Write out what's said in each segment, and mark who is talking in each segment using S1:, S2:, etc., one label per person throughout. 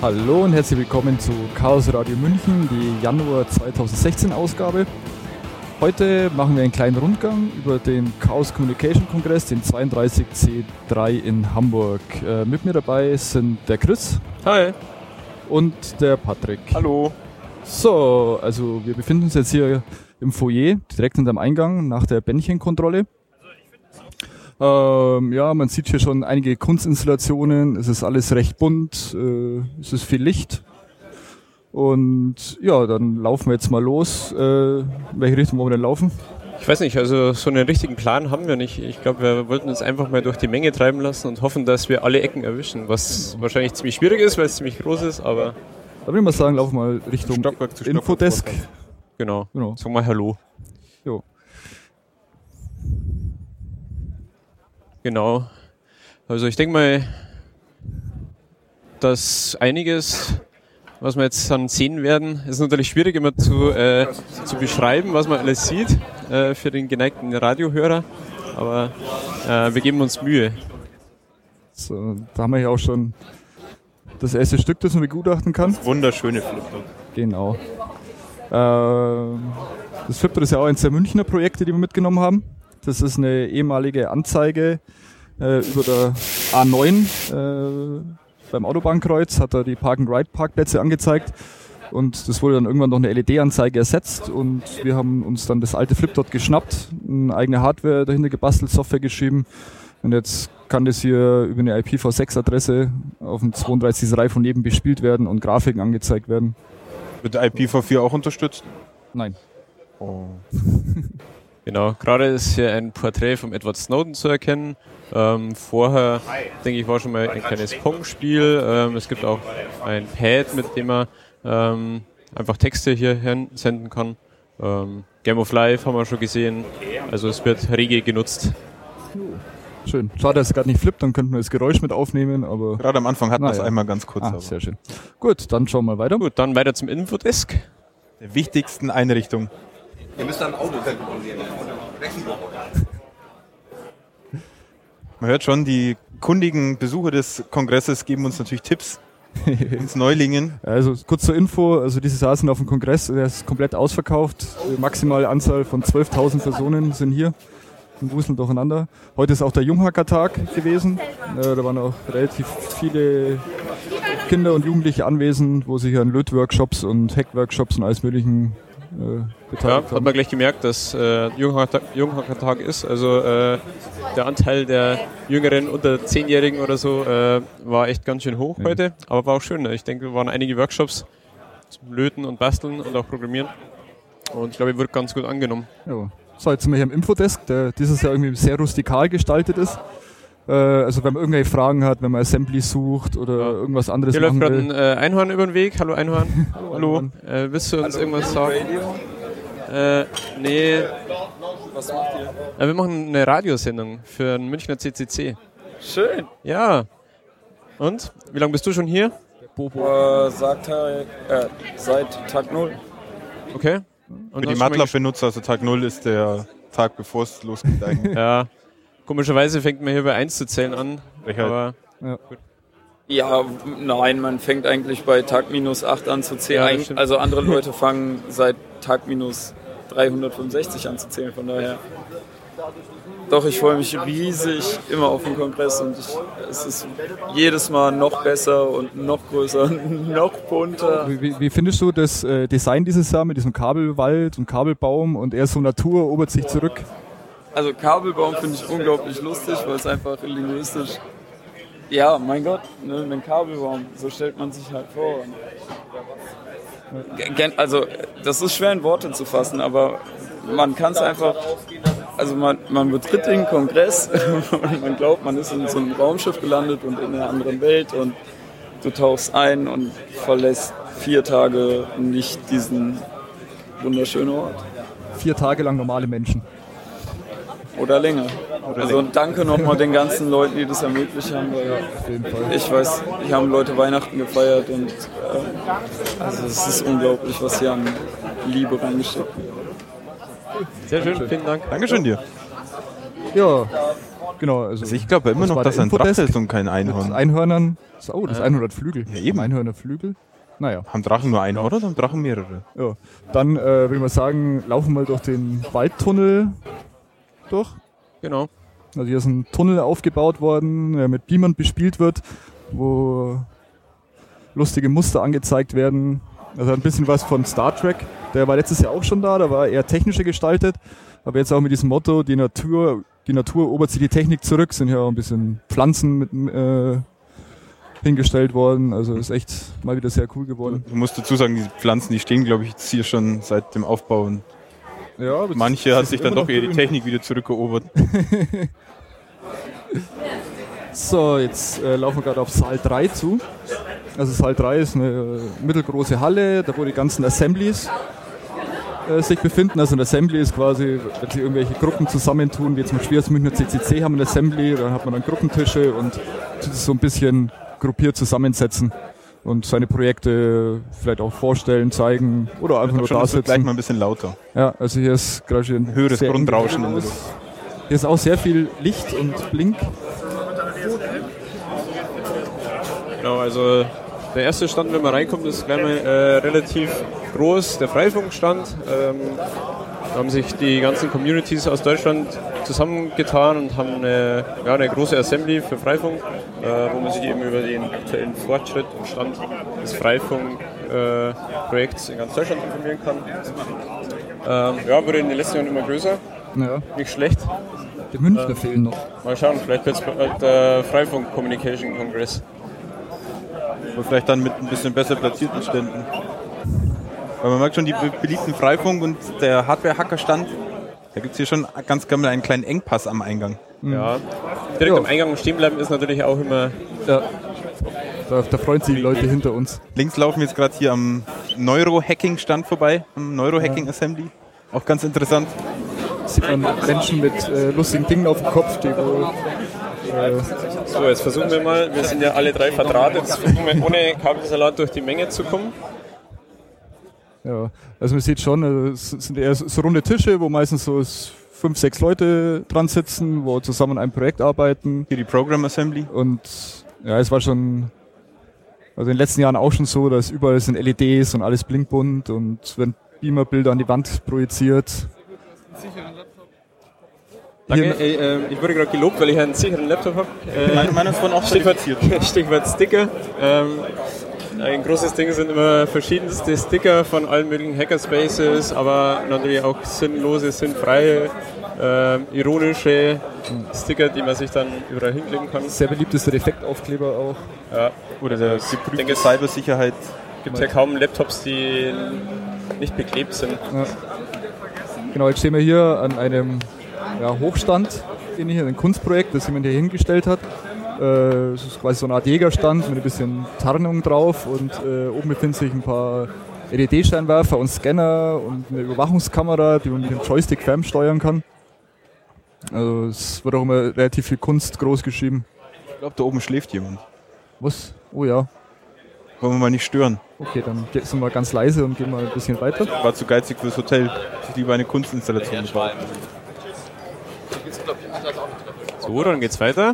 S1: Hallo und herzlich willkommen zu Chaos Radio München, die Januar 2016 Ausgabe. Heute machen wir einen kleinen Rundgang über den Chaos Communication Kongress, den 32C3 in Hamburg. Mit mir dabei sind der Chris.
S2: Hi.
S1: Und der Patrick.
S2: Hallo.
S1: So, also wir befinden uns jetzt hier im Foyer, direkt hinterm Eingang, nach der Bändchenkontrolle. Ja, man sieht hier schon einige Kunstinstallationen, es ist alles recht bunt, es ist viel Licht. Und ja, dann laufen wir jetzt mal los. In welche Richtung wollen wir denn laufen?
S2: Ich weiß nicht, also so einen richtigen Plan haben wir nicht. Ich glaube, wir wollten uns einfach mal durch die Menge treiben lassen und hoffen, dass wir alle Ecken erwischen, was wahrscheinlich ziemlich schwierig ist, weil es ziemlich groß ist, aber...
S1: Da würde ich mal sagen, laufen wir mal Richtung
S2: Stockwerk zu
S1: Infodesk.
S2: Genau. Sag mal Hallo.
S1: Jo.
S2: Genau. Also ich denke mal, dass einiges, was wir jetzt dann sehen werden, ist natürlich schwierig immer zu beschreiben, was man alles sieht für den geneigten Radiohörer, aber wir geben uns Mühe.
S1: So, da haben wir ja auch schon das erste Stück, das man begutachten kann.
S3: Wunderschöne Flipbook.
S1: Genau. Das Flipbook ist ja auch eines der Münchner Projekte, die wir mitgenommen haben. Das ist eine ehemalige Anzeige über der A9 beim Autobahnkreuz, hat er die Park-and-Ride-Parkplätze angezeigt und das wurde dann irgendwann noch eine LED-Anzeige ersetzt und wir haben uns dann das alte Flipdot geschnappt, eine eigene Hardware dahinter gebastelt, Software geschrieben und jetzt kann das hier über eine IPv6-Adresse auf dem 32. Reihe von neben bespielt werden und Grafiken angezeigt werden.
S3: Wird IPv4 auch unterstützt?
S1: Nein.
S3: Oh.
S2: Genau, gerade ist hier ein Porträt von Edward Snowden zu erkennen. Vorher, denke ich, war schon mal ein kleines Pong-Spiel. Es gibt auch ein Pad, mit dem man einfach Texte hier senden kann. Game of Life haben wir schon gesehen. Also es wird rege genutzt.
S1: Schön. Schade, dass es gerade nicht flippt, dann könnten wir das Geräusch mit aufnehmen. Aber
S3: gerade am Anfang hatten wir es einmal ganz kurz.
S1: Ah, sehr schön. Gut, dann schauen wir weiter.
S2: Gut, dann weiter zum Infodesk.
S3: Der wichtigsten Einrichtung.
S4: Ihr müsst dann Auto kontrollieren.
S3: Man hört schon, die kundigen Besucher des Kongresses geben uns natürlich Tipps ins Neulingen.
S1: Also kurz zur Info, also diese saßen auf dem Kongress, der ist komplett ausverkauft. Die maximale Anzahl von 12.000 Personen sind hier und wuseln durcheinander. Heute ist auch der Junghacker-Tag gewesen. Da waren auch relativ viele Kinder und Jugendliche anwesend, wo sich an Lötworkshops und Hackworkshops und alles möglichen beteiligt haben.
S2: Hat man gleich gemerkt, dass Junghacker-Tag ist. Also der Anteil der Jüngeren unter 10-Jährigen oder so war echt ganz schön hoch heute, aber war auch schön. Ich denke, es waren einige Workshops zum Löten und Basteln und auch Programmieren und ich glaube, wird ganz gut angenommen.
S1: Ja. So, jetzt sind wir hier im Infodesk, der dieses Jahr irgendwie sehr rustikal gestaltet ist. Also wenn man irgendwelche Fragen hat, wenn man Assembly sucht oder irgendwas anderes
S2: hier
S1: machen will.
S2: Hier läuft gerade ein Einhorn über den Weg. Hallo Einhorn. Hallo. Willst du uns irgendwas sagen? Nee.
S5: Was macht ihr?
S2: Wir machen eine Radiosendung für einen Münchner CCC.
S5: Schön.
S2: Ja. Und? Wie lange bist du schon hier?
S5: Seit Tag 0.
S2: Okay. Und
S3: für die MATLAB-Benutzer, also Tag 0 ist der Tag, bevor es losgeht eigentlich.
S2: Ja. Komischerweise fängt man hier bei 1 zu zählen an. Aber
S5: ja, nein, man fängt eigentlich bei Tag minus 8 an zu zählen. Ja, also andere Leute fangen seit Tag minus 365 an zu zählen, von daher. Doch, ich freue mich riesig immer auf den Kongress und es ist jedes Mal noch besser und noch größer und noch bunter.
S1: Wie findest du das Design dieses Jahr mit diesem Kabelwald und Kabelbaum und eher so Natur erobert sich zurück?
S5: Also Kabelbaum finde ich unglaublich lustig, weil es einfach linguistisch, ja, mein Gott, ne, ein Kabelbaum, so stellt man sich halt vor. Also das ist schwer in Worte zu fassen, aber man kann es einfach, also man betritt den Kongress und man glaubt, man ist in so einem Raumschiff gelandet und in einer anderen Welt und du tauchst ein und verlässt 4 Tage nicht diesen wunderschönen Ort.
S1: 4 Tage lang normale Menschen.
S5: Oder länger. Also danke nochmal den ganzen Leuten, die das ermöglicht haben, weil ich weiß, hier haben Leute Weihnachten gefeiert und also es ist unglaublich, was hier an Liebe reingesteckt wird.
S2: Sehr schön, vielen Dank.
S3: Dankeschön dir.
S1: Ja, Genau,
S3: also ich glaube immer noch, dass ein Drache ist und kein Einhorn.
S1: Mit Einhörnern. Oh, das Einhorn hat Flügel.
S3: Ja, eben.
S1: Einhörnerflügel. Naja.
S3: Haben Drachen nur ein oder haben Drachen mehrere?
S1: Ja. Dann würde ich mal sagen, laufen wir durch den Waldtunnel durch.
S2: Genau.
S1: Also hier ist ein Tunnel aufgebaut worden, der mit Beamern bespielt wird, wo lustige Muster angezeigt werden. Also ein bisschen was von Star Trek. Der war letztes Jahr auch schon da war eher technischer gestaltet. Aber jetzt auch mit diesem Motto, die Natur erobert sich die Technik zurück, sind ja auch ein bisschen Pflanzen mit hingestellt worden. Also ist echt mal wieder sehr cool geworden.
S3: Du musst dazu sagen, die Pflanzen, die stehen, glaube ich, jetzt hier schon seit dem Aufbau. Und
S1: ja,
S3: manche hat sich dann doch eher die Technik wieder zurückerobert.
S1: So, jetzt laufen wir gerade auf Saal 3 zu. Also Saal 3 ist eine mittelgroße Halle, da wo die ganzen Assemblies sich befinden. Also ein Assembly ist quasi, wenn sich irgendwelche Gruppen zusammentun, wie jetzt zum Beispiel das Münchner CCC haben ein Assembly, dann hat man dann Gruppentische und das so ein bisschen gruppiert zusammensetzen und seine Projekte vielleicht auch vorstellen, zeigen oder einfach nur da sitzen.
S3: Gleich mal ein bisschen lauter.
S1: Ja, also hier ist gerade schon ein
S3: höheres Grundrauschen.
S1: Hier ist auch sehr viel Licht und Blink.
S2: Genau, also der erste Stand, wenn man reinkommt, ist gleich mal relativ groß, der Freifunkstand. Da haben sich die ganzen Communities aus Deutschland zusammengetan und haben eine große Assembly für Freifunk, wo man sich eben über den aktuellen Fortschritt und Stand des Freifunk-Projekts in ganz Deutschland informieren kann. Wurde in den letzten Jahren immer größer.
S1: Ja.
S2: Nicht schlecht.
S1: Die Münchner fehlen noch.
S2: Mal schauen, vielleicht wird es der Freifunk Communication Congress.
S3: Oder vielleicht dann mit ein bisschen besser platzierten Ständen. Weil man merkt schon, die beliebten Freifunk und der Hardware-Hacker-Stand, da gibt es hier schon ganz gerne einen kleinen Engpass am Eingang.
S2: Ja, direkt am Eingang stehen bleiben ist natürlich auch immer...
S1: Ja. Da freuen sich die Leute hinter uns.
S3: Links laufen wir jetzt gerade hier am Neurohacking-Stand vorbei, am Neurohacking-Assembly. Auch ganz interessant.
S1: Sieht man Menschen mit lustigen Dingen auf dem Kopf, die wohl...
S2: So, jetzt versuchen wir mal, wir sind ja alle drei verdrahtet, jetzt versuchen wir ohne Kabelsalat durch die Menge zu kommen.
S1: Ja, also man sieht schon, es sind eher so runde Tische, wo meistens so 5, 6 Leute dran sitzen, wo zusammen an einem Projekt arbeiten.
S3: Hier die Program Assembly.
S1: Und ja, es war schon, also in den letzten Jahren auch schon so, dass überall sind LEDs und alles blinkbunt und werden Beamerbilder an die Wand projiziert.
S2: Danke, ich wurde gerade gelobt, weil ich einen sicheren Laptop habe.
S3: Meiner ist von auch
S2: Stichwort Sticker. Ein großes Ding sind immer verschiedenste Sticker von allen möglichen Hackerspaces, aber natürlich auch sinnlose, sinnfreie, ironische Sticker, die man sich dann überall hinkleben kann.
S1: Sehr beliebt ist der Defektaufkleber auch.
S2: Ja.
S3: Oder der geprüfte Cybersicherheit.
S2: Es gibt ja kaum Laptops, die nicht beklebt sind.
S1: Ja. Genau, jetzt stehen wir hier an einem Hochstand, ein Kunstprojekt, das jemand hier hingestellt hat. Es ist quasi so eine Art Jägerstand mit ein bisschen Tarnung drauf und oben befinden sich ein paar LED-Scheinwerfer und Scanner und eine Überwachungskamera, die man mit dem Joystick fernsteuern kann. Also es wird auch immer relativ viel Kunst groß geschrieben.
S3: Ich glaube, da oben schläft jemand.
S1: Was? Oh ja.
S3: Wollen wir mal nicht stören?
S1: Okay, dann sind wir ganz leise und gehen mal ein bisschen weiter.
S3: War zu geizig fürs Hotel. Ich lieber eine Kunstinstallation gebaut.
S2: So, dann geht's weiter.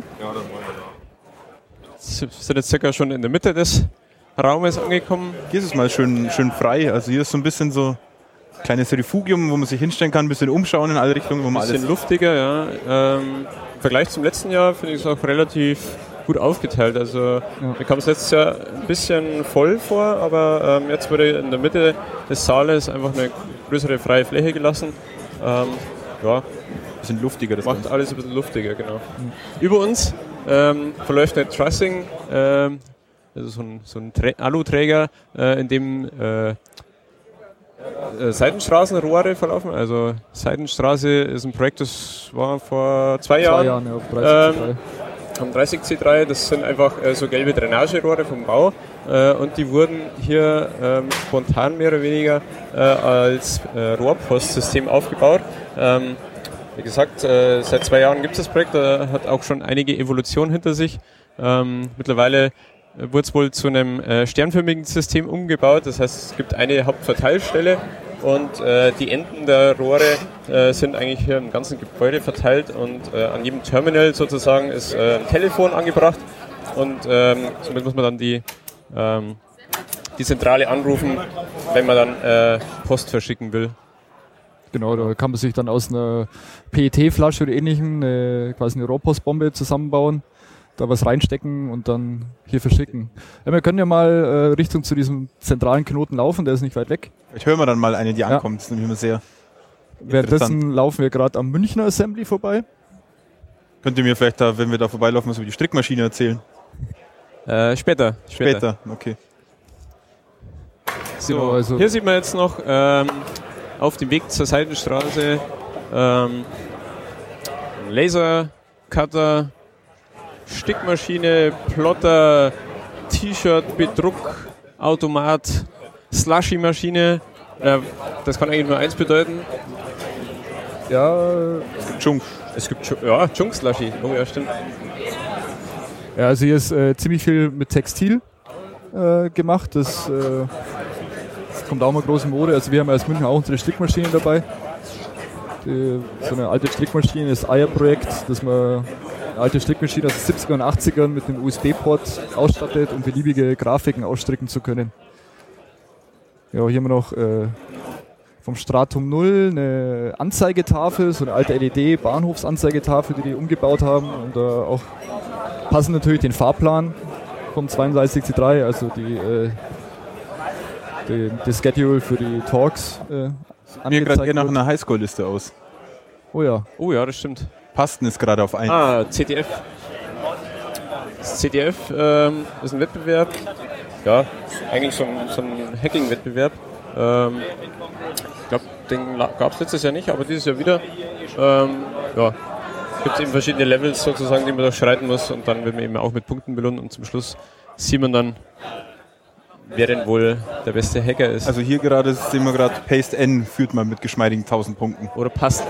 S2: Wir sind jetzt circa schon in der Mitte des Raumes angekommen.
S3: Hier ist es mal schön frei. Also hier ist so ein bisschen so ein kleines Refugium, wo man sich hinstellen kann, ein bisschen umschauen in alle Richtungen.
S2: Ein bisschen luftiger, ja. Im Vergleich zum letzten Jahr finde ich es auch relativ gut aufgeteilt. Also mir kam es letztes Jahr ein bisschen voll vor, aber jetzt wurde in der Mitte des Saales einfach eine größere freie Fläche gelassen. Ein
S3: bisschen luftiger. Das
S2: macht alles ein bisschen luftiger, genau. Über uns verläuft eine Trussing, also so ein Aluträger, in dem Seitenstraßenrohre verlaufen. Also Seitenstraße ist ein Projekt, das war vor 2 Jahren. Am 30C3, das sind einfach so gelbe Drainagerohre vom Bau und die wurden hier spontan mehr oder weniger als Rohrpostsystem aufgebaut. Wie gesagt, seit 2 Jahren gibt es das Projekt, hat auch schon einige Evolutionen hinter sich. Mittlerweile wurde es wohl zu einem sternförmigen System umgebaut, das heißt es gibt eine Hauptverteilstelle und die Enden der Rohre sind eigentlich hier im ganzen Gebäude verteilt und an jedem Terminal sozusagen ist ein Telefon angebracht und somit muss man dann die Zentrale anrufen, wenn man dann Post verschicken will.
S1: Genau, da kann man sich dann aus einer PET-Flasche oder ähnlichem quasi eine Rohrpostbombe zusammenbauen, da was reinstecken und dann hier verschicken. Ja, wir können ja mal Richtung zu diesem zentralen Knoten laufen, der ist nicht weit weg.
S3: Ich höre mal dann mal eine, die ankommt, das ist nämlich immer sehr
S1: Währenddessen laufen wir gerade am Münchner Assembly vorbei.
S3: Könnt ihr mir vielleicht da, wenn wir da vorbeilaufen, was über die Strickmaschine erzählen?
S2: Später.
S3: Okay.
S2: So,
S1: Genau, also
S2: hier sieht man jetzt noch auf dem Weg zur Seitenstraße einen Lasercutter, Stickmaschine, Plotter, T-Shirt, Bedruckautomat, Slushy-Maschine. Das kann eigentlich nur eins bedeuten.
S1: ja,
S3: Junk.
S2: Es gibt Junk-Slushy. Oh ja, stimmt.
S1: ja, also hier ist ziemlich viel mit Textil gemacht. Das kommt auch mal groß in Mode. Also wir haben als München auch unsere Strickmaschinen dabei. So eine alte Strickmaschine, das Eier-Projekt, dass man eine alte Strickmaschine aus den 70er und 80ern mit einem USB-Port ausstattet, um beliebige Grafiken ausstricken zu können. Ja, hier haben wir noch vom Stratum 0 eine Anzeigetafel, so eine alte LED-Bahnhofsanzeigetafel, die umgebaut haben und auch passend natürlich den Fahrplan vom 32C3, also die Schedule für die Talks
S3: Mir gerade hier nach einer Highschool-Liste aus.
S1: Oh ja.
S2: Oh ja, das stimmt.
S3: Pasten ist gerade auf 1.
S2: CTF. Das CTF ist ein Wettbewerb. Ja, eigentlich so ein Hacking-Wettbewerb. Ich glaube, den gab es letztes Jahr nicht, aber dieses Jahr wieder. Ja, gibt es eben verschiedene Levels sozusagen, die man durchschreiten muss und dann wird man eben auch mit Punkten belohnt und zum Schluss sieht man dann, wer denn wohl der beste Hacker ist.
S3: Also hier gerade sehen wir gerade, Paste N führt man mit geschmeidigen 1000 Punkten.
S2: Oder Pasten.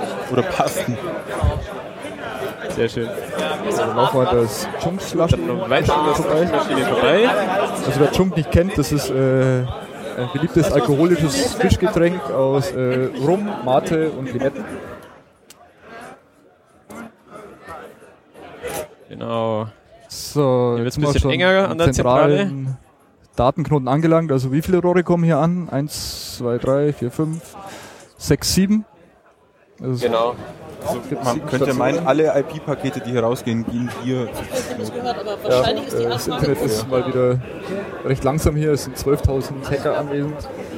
S2: Sehr schön.
S1: Dann laufen wir das Chunk-Slushy
S2: vorbei.
S1: Also wer Chunk nicht kennt, das ist ein beliebtes alkoholisches Fischgetränk aus Rum, Mate und Limetten.
S2: Genau.
S1: So,
S2: Hier wird
S1: jetzt
S2: es ein
S1: sind wir
S2: bisschen
S1: schon
S2: enger an der Zentrale.
S1: Datenknoten angelangt. Also wie viele Rohre kommen hier an? 1, 2, 3, 4, 5, 6, 7. Also
S2: Genau.
S3: Also man könnte meinen, alle IP-Pakete, die hier rausgehen, gehen hier.
S1: Das Internet ist mal wieder recht langsam hier. Es sind 12.000 Hacker anwesend.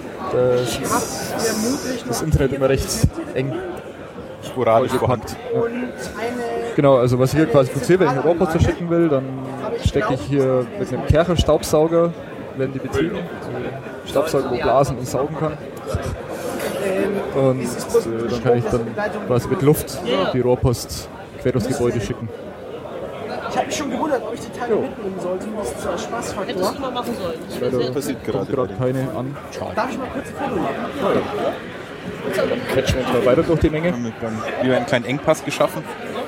S1: Das Internet immer recht eng.
S3: Sporadisch vorhanden.
S1: Ja. Genau, also was ich hier quasi passiert, wenn ich einen Rohrpost verschicken will, dann stecke ich hier mit einem Kercher-Staubsauger, werden die betrieben, also Staubsauger, wo blasen und saugen kann. Und dann kann ich dann quasi mit Luft die Rohrpost quer durchs Gebäude schicken.
S6: Ich habe mich schon gewundert, ob ich die Teile mitnehmen sollte. Das ist ein Spaßfaktor.
S7: Hättest du mal machen sollen.
S1: Leider
S3: passiert
S1: kommt gerade keine an.
S6: Darf ich mal kurz ein Foto machen?
S1: Quetschen wir uns mal weiter durch die Menge.
S3: Haben wir dann wieder einen kleinen Engpass geschaffen.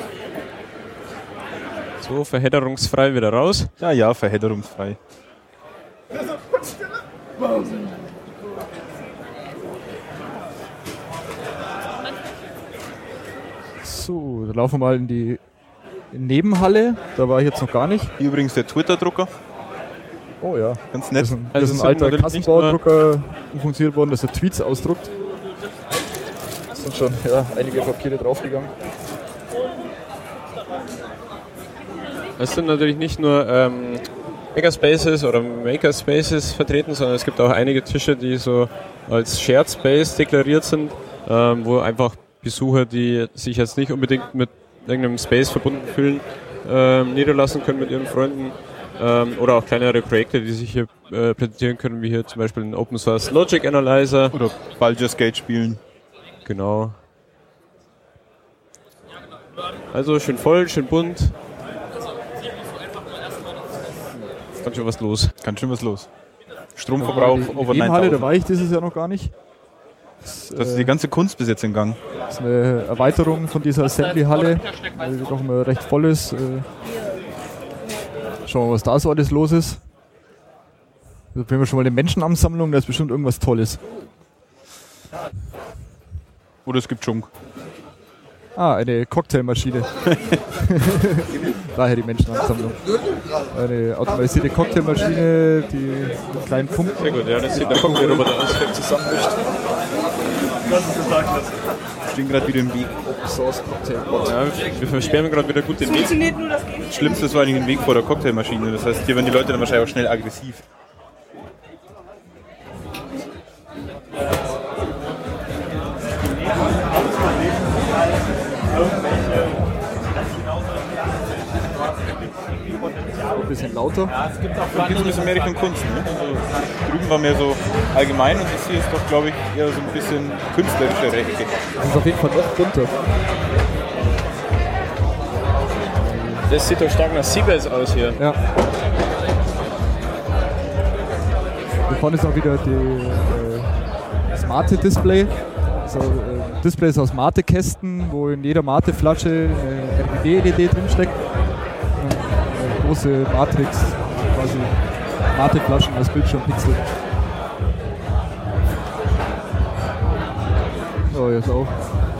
S2: So, verhedderungsfrei wieder raus.
S3: Ja, verhedderungsfrei.
S1: So, dann laufen wir mal in die Nebenhalle. Da war ich jetzt noch gar nicht.
S3: Hier übrigens der Twitter-Drucker.
S1: Oh ja.
S3: Ganz nett.
S1: Das ist
S2: es
S1: ein
S2: sind
S1: alter
S2: natürlich
S1: Kassenbaudrucker funktioniert worden, dass er Tweets ausdruckt. Da sind schon einige Papiere draufgegangen.
S2: Es sind natürlich nicht nur Makerspaces oder Makerspaces vertreten, sondern es gibt auch einige Tische, die so als Shared Space deklariert sind, wo einfach Besucher, die sich jetzt nicht unbedingt mit irgendeinem Space verbunden fühlen, niederlassen können mit ihren Freunden. Oder auch kleinere Projekte, die sich hier präsentieren können, wie hier zum Beispiel ein Open Source Logic Analyzer.
S3: Oder Baldur's Gate spielen.
S2: Genau. Also schön voll, schön bunt. Ganz schön was los.
S3: Ganz schön was los. Stromverbrauch over
S1: Die Nebenhalle, da
S3: 9000.
S1: war ich dieses Jahr noch gar nicht.
S3: Das ist die ganze Kunst bis jetzt in Gang.
S1: Das ist eine Erweiterung von dieser Assembly-Halle, die doch immer recht voll ist. Schauen wir mal, was da so alles los ist. Da haben wir schon mal eine Menschenansammlung, da ist bestimmt irgendwas Tolles.
S3: Oder es gibt Schunk.
S1: Eine Cocktailmaschine. Daher die Menschenansammlung. Eine automatisierte Cocktailmaschine, die mit kleinen Funken.
S2: Sehr gut, ja, das sieht der Cocktailroboter aus, der zusammenmischt.
S3: Wir stehen gerade wieder im Weg.
S1: Source Cocktail.
S2: Ja, wir versperren gerade wieder gut den Weg.
S6: Funktioniert nur das Gegenteil.
S3: Das Schlimmste ist vor allem den Weg vor der Cocktailmaschine. Das heißt, hier werden die Leute dann wahrscheinlich auch schnell aggressiv.
S1: Ein bisschen lauter.
S3: Es gibt auch ein bisschen mehr Richtung Kunst. Ne? Also, drüben war mehr so allgemein und das hier ist doch, glaube ich, eher so ein bisschen künstlerischere Ecke.
S1: Das ist auf jeden Fall noch bunter.
S2: Das sieht doch stark nach Seabase aus hier.
S1: Ja. Hier vorne ist auch wieder das Mate-Display. Also, Displays aus Mate-Kästen, wo in jeder Mate-Flasche eine RGB-LED drinsteckt. Eine große Matrix, quasi Mate-Flaschen als Bildschirmpixel. Oh, jetzt auch.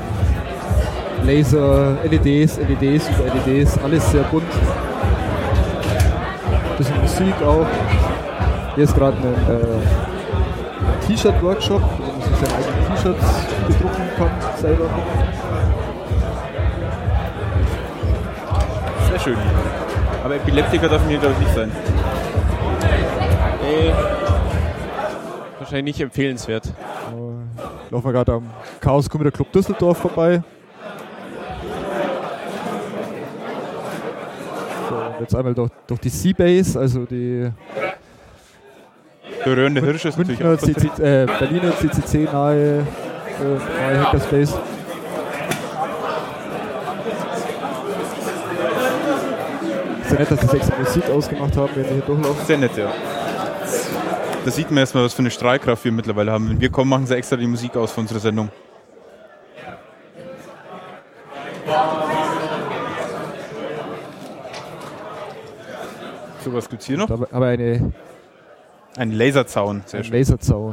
S1: Laser, LEDs über LEDs, alles sehr bunt. Bisschen Musik auch. Hier ist gerade ein T-Shirt-Workshop, wo man sich seine eigenen T-Shirts bedrucken kann, selber.
S3: Sehr schön. Aber Epileptiker dürfen hier, glaube ich, nicht sein.
S2: Wahrscheinlich nicht empfehlenswert.
S1: Laufen wir gerade am Chaos Computer Club Düsseldorf vorbei. So, und jetzt einmal durch die Seabase, also die
S3: Der röhrende Hirsch ist natürlich auch
S1: Berliner CCC nahe Hackerspace. Sehr nett, dass sie extra Musik ausgemacht haben, wenn wir hier durchlaufen.
S3: sehr nett, ja. Da sieht man erstmal, was für eine Strahlkraft wir mittlerweile haben. Wenn wir kommen, machen sie extra die Musik aus für unsere Sendung. So, was gibt's hier noch?
S1: Aber ein
S3: Ein Laserzaun, sehr schön.
S1: Laserzaun.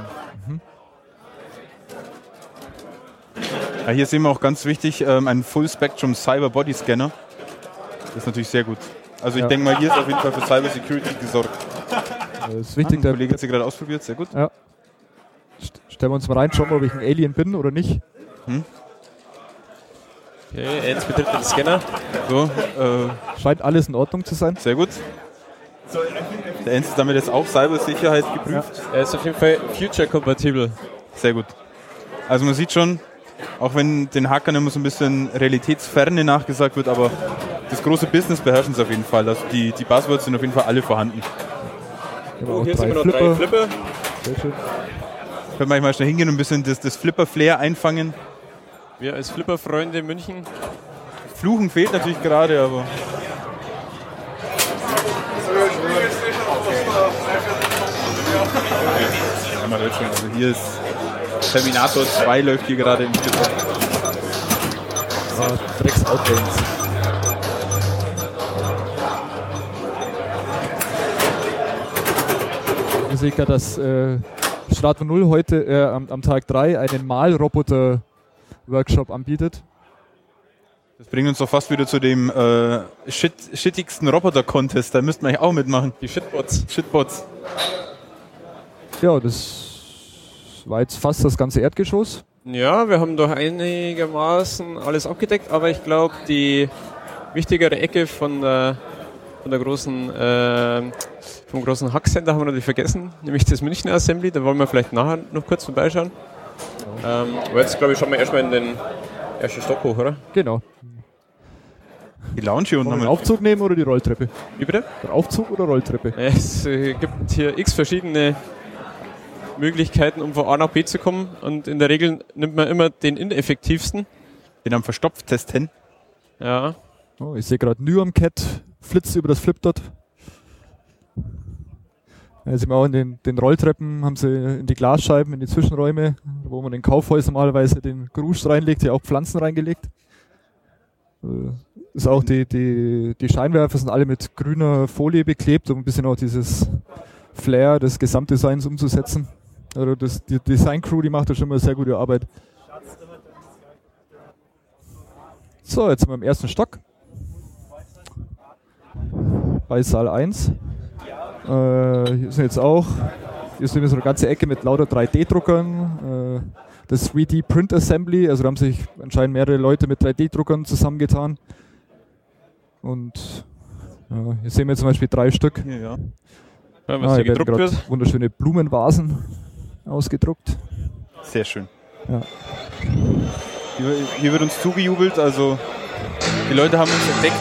S3: Ja, hier sehen wir auch ganz wichtig einen Full Spectrum Cyber Body Scanner. Das ist natürlich sehr gut. Also ich denke mal, hier ist auf jeden Fall für Cyber Security gesorgt.
S1: Das ist wichtig.
S3: Der Kollege hat sie gerade ausprobiert, sehr gut.
S1: Ja. Stellen wir uns mal rein, schauen wir, ob ich ein Alien bin oder nicht.
S2: Okay, Ernst betritt den Scanner.
S3: So,
S1: Scheint alles in Ordnung zu sein.
S3: sehr gut. Der Ernst ist damit jetzt auch Cybersicherheit geprüft.
S2: Er ist auf jeden Fall future-kompatibel.
S3: Sehr gut. Also man sieht schon, auch wenn den Hackern immer so ein bisschen Realitätsferne nachgesagt wird, aber das große Business beherrschen sie auf jeden Fall. Also die Buzzwords sind auf jeden Fall alle vorhanden.
S2: Hier sind wir noch 3 Flipper.
S1: Sehr schön.
S3: Können wir mal schnell hingehen und ein bisschen das Flipper-Flair einfangen.
S2: Wir als Flipper-Freunde in München.
S3: Fluchen fehlt natürlich gerade, aber... Ja, man hört schon, also hier ist Terminator 2 läuft hier gerade im Stück.
S1: Drecks-Outlanes. Ich sehe gerade, dass Strato 0 heute am Tag 3 einen Malroboter-Workshop anbietet.
S3: Das bringt uns doch fast wieder zu dem shittigsten Roboter-Contest. Da müssten wir eigentlich auch mitmachen.
S2: Die Shitbots.
S3: Shitbots.
S1: Ja, das war jetzt fast das ganze Erdgeschoss.
S2: Ja, wir haben doch einigermaßen alles abgedeckt, aber ich glaube, die wichtigere Ecke vom großen Hackcenter haben wir natürlich vergessen, nämlich das Münchner Assembly. Da wollen wir vielleicht nachher noch kurz vorbeischauen. Aber jetzt, glaube ich, schauen wir erstmal in den ersten Stock hoch, oder?
S1: Genau.
S3: Die Lounge hier unten
S1: Wollen
S3: haben
S1: wir den
S3: wir.
S1: Aufzug nehmen oder die Rolltreppe?
S2: Wie bitte?
S1: Der Aufzug oder Rolltreppe?
S2: Es gibt hier x verschiedene Möglichkeiten, um von A nach B zu kommen. Und in der Regel nimmt man immer den ineffektivsten.
S3: Den am verstopftesten.
S2: Ja.
S1: Oh, ich sehe gerade NYAMCAT flitzt über das Flipdot. Ja, sind wir auch in den Rolltreppen, haben sie in die Glasscheiben, in die Zwischenräume, wo man in Kaufhäusern normalerweise den Grusch reinlegt, hier auch Pflanzen reingelegt. Ist auch die Scheinwerfer sind alle mit grüner Folie beklebt, um ein bisschen auch dieses Flair des Gesamtdesigns umzusetzen. Also die Design-Crew, die macht da schon mal sehr gute Arbeit. So, jetzt sind wir im ersten Stock. Bei Saal 1. Hier sind jetzt auch, hier ist so eine ganze Ecke mit lauter 3D-Druckern. Das 3D Print Assembly, also da haben sich anscheinend mehrere Leute mit 3D-Druckern zusammengetan. Und hier sehen wir zum Beispiel 3 Stück.
S3: Ja.
S2: Was hier gedruckt wird.
S1: Wunderschöne Blumenvasen ausgedruckt.
S3: Sehr schön.
S1: Ja.
S3: Hier wird uns zugejubelt, also die Leute haben uns entdeckt.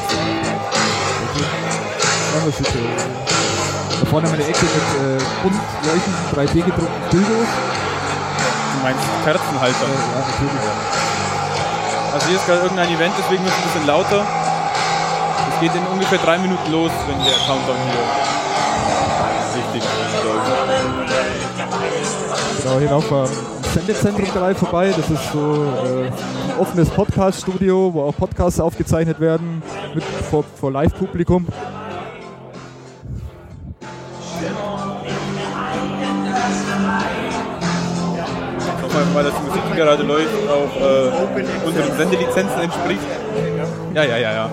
S1: Da vorne haben wir eine Ecke mit bunt leuchtenden 3D gedruckten Dildos.
S3: Du meinst Kerzenhalter?
S1: Ja, natürlich.
S3: Also hier ist gerade irgendein Event, deswegen wird es ein bisschen lauter. Es geht in ungefähr 3 Minuten los, wenn der Countdown hier richtig läuft.
S1: Genau, hier laufen wir am Sendezentrum 3 vorbei. Das ist so ein offenes Podcast-Studio, wo auch Podcasts aufgezeichnet werden mit vor Live-Publikum.
S3: Weil das die Musik, die gerade läuft, auch unseren Sendelizenzen entspricht. Ja.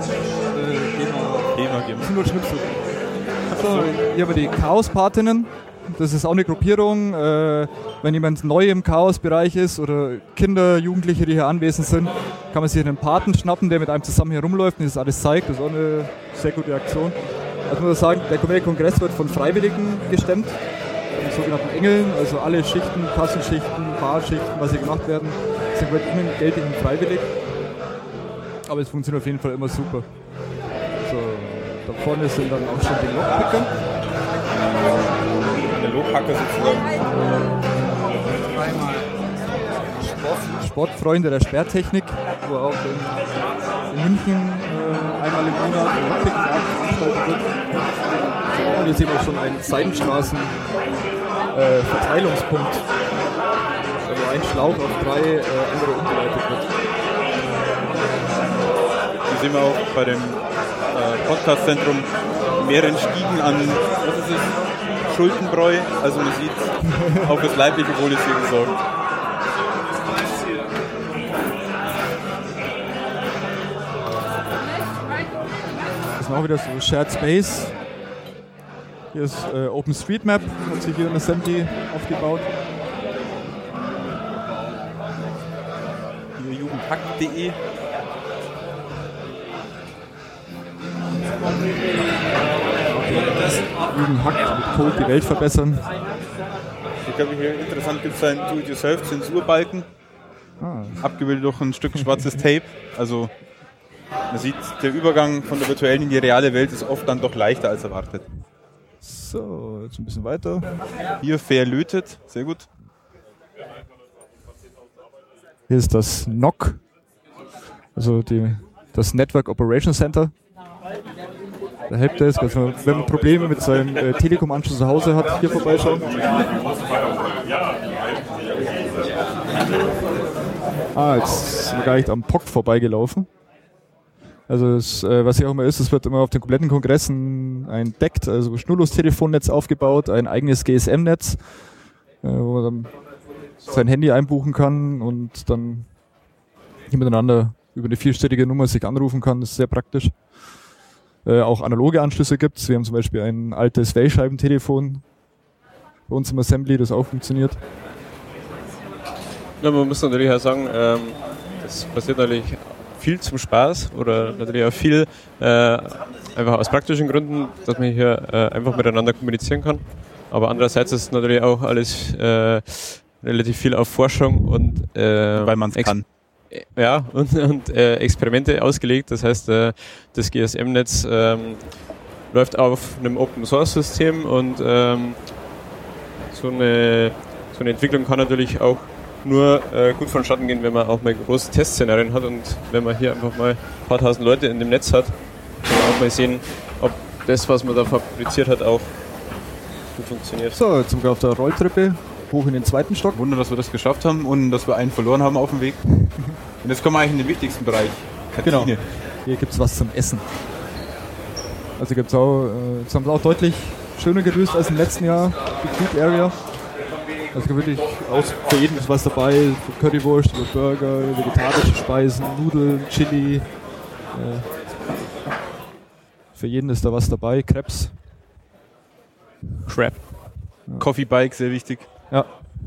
S1: Gehen wir. So, hier haben wir die Chaos-Patinnen. Das ist auch eine Gruppierung. Wenn jemand neu im Chaos-Bereich ist oder Kinder, Jugendliche, die hier anwesend sind, kann man sich einen Paten schnappen, der mit einem zusammen herumläuft und das alles zeigt. Das ist auch eine sehr gute Aktion. Also muss man sagen, der komplette Kongress wird von Freiwilligen gestemmt, von sogenannten Engeln, also alle Schichten, Kassenschichten, Barschichten, was hier gemacht werden, sind mit ihnen geltend freiwillig. Aber es funktioniert auf jeden Fall immer super. So, da vorne sind dann auch schon die Lockpicker.
S3: Der Lobhacker sozusagen.
S1: Sportfreunde der Sperrtechnik, wo auch in München einmal im Monat ein Lockpicken veranstaltet wird. Und hier sehen wir schon einen Seidenstraßen Verteilungspunkt, also ein Schlauch auf 3 andere umgeleitet wird.
S3: Hier sehen wir auch bei dem Podcastzentrum mehreren Stiegen an, was ist es, Schuldenbräu, also man sieht, auch das leibliche Wohl ist hier gesorgt.
S1: Das ist auch wieder so Shared Space. Hier ist OpenStreetMap, hat sich hier in Assembly aufgebaut.
S3: Hier jugendhack.de.
S1: Jugendhack mit Code die Welt verbessern.
S3: Ich glaube, hier interessant gibt es einen Do-it-yourself-Zensurbalken. Abgebildet durch ein Stück schwarzes Tape. Also man sieht, der Übergang von der virtuellen in die reale Welt ist oft dann doch leichter als erwartet.
S1: So, jetzt ein bisschen weiter.
S3: Hier verlötet, sehr gut.
S1: Hier ist das NOC, also das Network Operation Center. Der Helpdesk, also wenn man Probleme mit seinem Telekom-Anschluss zu Hause hat, hier vorbeischauen. Jetzt sind wir gar nicht am POC vorbeigelaufen. Also was hier auch immer ist, es wird immer auf den kompletten Kongressen ein DECT, also Schnurlos-Telefonnetz aufgebaut, ein eigenes GSM-Netz, wo man dann sein Handy einbuchen kann und dann hier miteinander über eine 4-stellige Nummer sich anrufen kann. Das ist sehr praktisch. Auch analoge Anschlüsse gibt es. Wir haben zum Beispiel ein altes Wählscheibentelefon bei uns im Assembly, das auch funktioniert.
S2: Ja, man muss natürlich auch sagen, das passiert natürlich viel zum Spaß oder natürlich auch viel einfach aus praktischen Gründen, dass man hier einfach miteinander kommunizieren kann. Aber andererseits ist natürlich auch alles relativ viel auf Forschung und
S3: weil man es kann.
S2: Ja, und Experimente ausgelegt. Das heißt, das GSM-Netz läuft auf einem Open-Source-System und so eine Entwicklung kann natürlich auch nur gut vonstatten gehen, wenn man auch mal große Testszenarien hat und wenn man hier einfach mal ein paar tausend Leute in dem Netz hat, kann man auch mal sehen, ob das, was man da fabriziert hat, auch gut funktioniert.
S1: So, jetzt sind wir auf der Rolltreppe hoch in den 2. Stock.
S3: Wunder, dass wir das geschafft haben und dass wir einen verloren haben auf dem Weg. Und jetzt kommen wir eigentlich in den wichtigsten Bereich. Kantine.
S1: Genau. Hier gibt es was zum Essen. Also jetzt haben sie auch deutlich schöner gelöst als im letzten Jahr, die Food Area. Also wirklich für jeden ist was dabei, von Currywurst über Burger, vegetarische Speisen, Nudeln, Chili. Für jeden ist da was dabei, Crepes.
S3: Crap. Ja. Coffee Bike, sehr wichtig.
S1: Ja.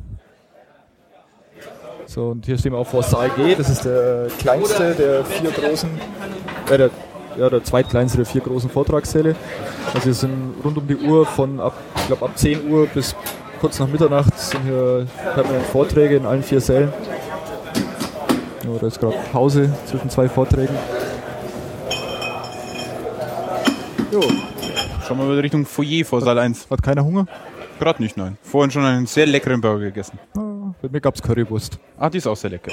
S1: So, und hier stehen wir auch vor Saal G, das ist der kleinste der 4 großen, der zweitkleinste der 4 großen Vortragssäle. Also wir sind rund um die Uhr von ab 10 Uhr bis kurz nach Mitternacht sind hier permanent Vorträge in allen 4 Sälen. Ja, da ist gerade Pause zwischen 2 Vorträgen.
S3: Jo. Schauen wir mal Richtung Foyer vor Saal 1.
S1: Hat keiner Hunger?
S3: Gerade nicht, nein. Vorhin schon einen sehr leckeren Burger gegessen.
S1: Bei mir gab es Currywurst.
S3: Ah, die ist auch sehr lecker.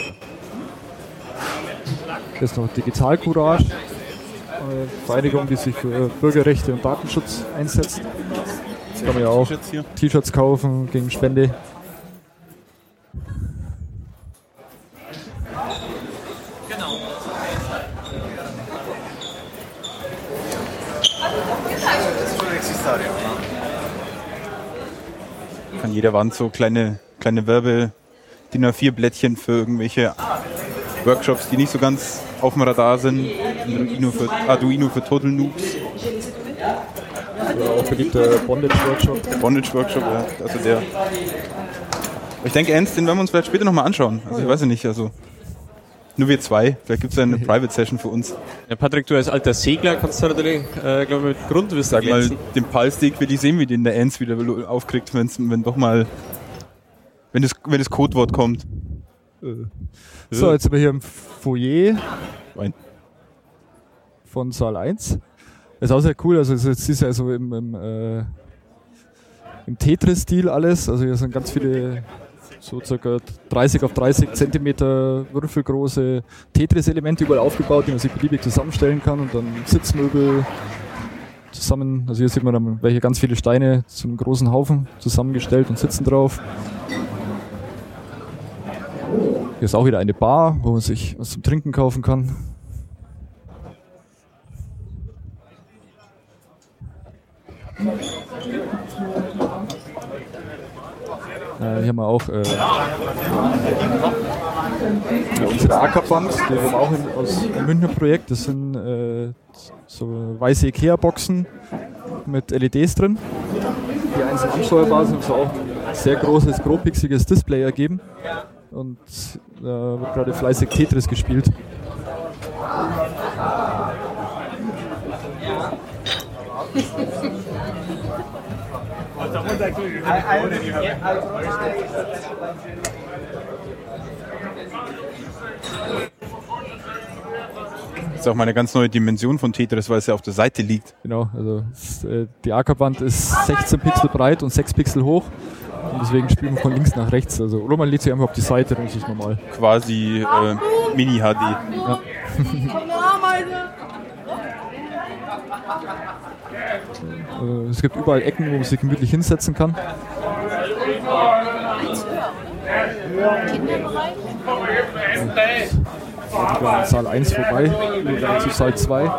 S1: Hier ist noch Digital Courage, eine Vereinigung, die sich für Bürgerrechte und Datenschutz einsetzt. Da kann man ja auch T-Shirts kaufen gegen Spende.
S3: An jeder Wand so kleine Werbe DIN A4 Blättchen für irgendwelche Workshops, die nicht so ganz auf dem Radar sind. Arduino für Total Noobs.
S1: Oder auch beliebter Bondage-Workshop.
S3: Der Bondage-Workshop, ja. Also der. Ich denke, Ernst, den werden wir uns vielleicht später nochmal anschauen. Also ich weiß ja nicht, also nur wir 2. Vielleicht gibt es eine Private-Session für uns.
S2: Ja, Patrick, du als alter Segler kannst du natürlich, glaube ich, mit Grundwissen
S3: Sag mal, den Palstick will ich sehen, wie den der Ernst wieder aufkriegt, wenn doch mal, wenn das Codewort kommt.
S1: So, jetzt sind wir hier im Foyer von Saal 1. Das ist auch sehr cool, also es ist ja so im Tetris-Stil alles, also hier sind ganz viele so ca. 30 auf 30 Zentimeter würfelgroße Tetris-Elemente überall aufgebaut, die man sich beliebig zusammenstellen kann und dann Sitzmöbel zusammen, also hier sieht man dann welche ganz viele Steine zu einem großen Haufen zusammengestellt und sitzen drauf. Hier ist auch wieder eine Bar, wo man sich was zum Trinken kaufen kann. Hier haben wir auch unsere Ackerband, die haben wir auch aus dem Münchner Projekt. Das sind so weiße Ikea-Boxen mit LEDs drin, die einzeln ansteuerbar sind und so auch ein sehr großes, grobpixeliges Display ergeben. Und da wird gerade fleißig Tetris gespielt.
S3: Das ist auch mal eine ganz neue Dimension von Tetris, weil es ja auf der Seite liegt.
S1: Genau, also die Ackerband ist 16 Pixel breit und 6 Pixel hoch. Und deswegen spielen wir von links nach rechts. Also, oder man lädt sich einfach auf die Seite, dann ist es normal.
S3: Quasi Mini-HD.
S1: Ja. Es gibt überall Ecken, wo man sich gemütlich hinsetzen kann. Und an Saal 1 vorbei, dann zu Saal 2.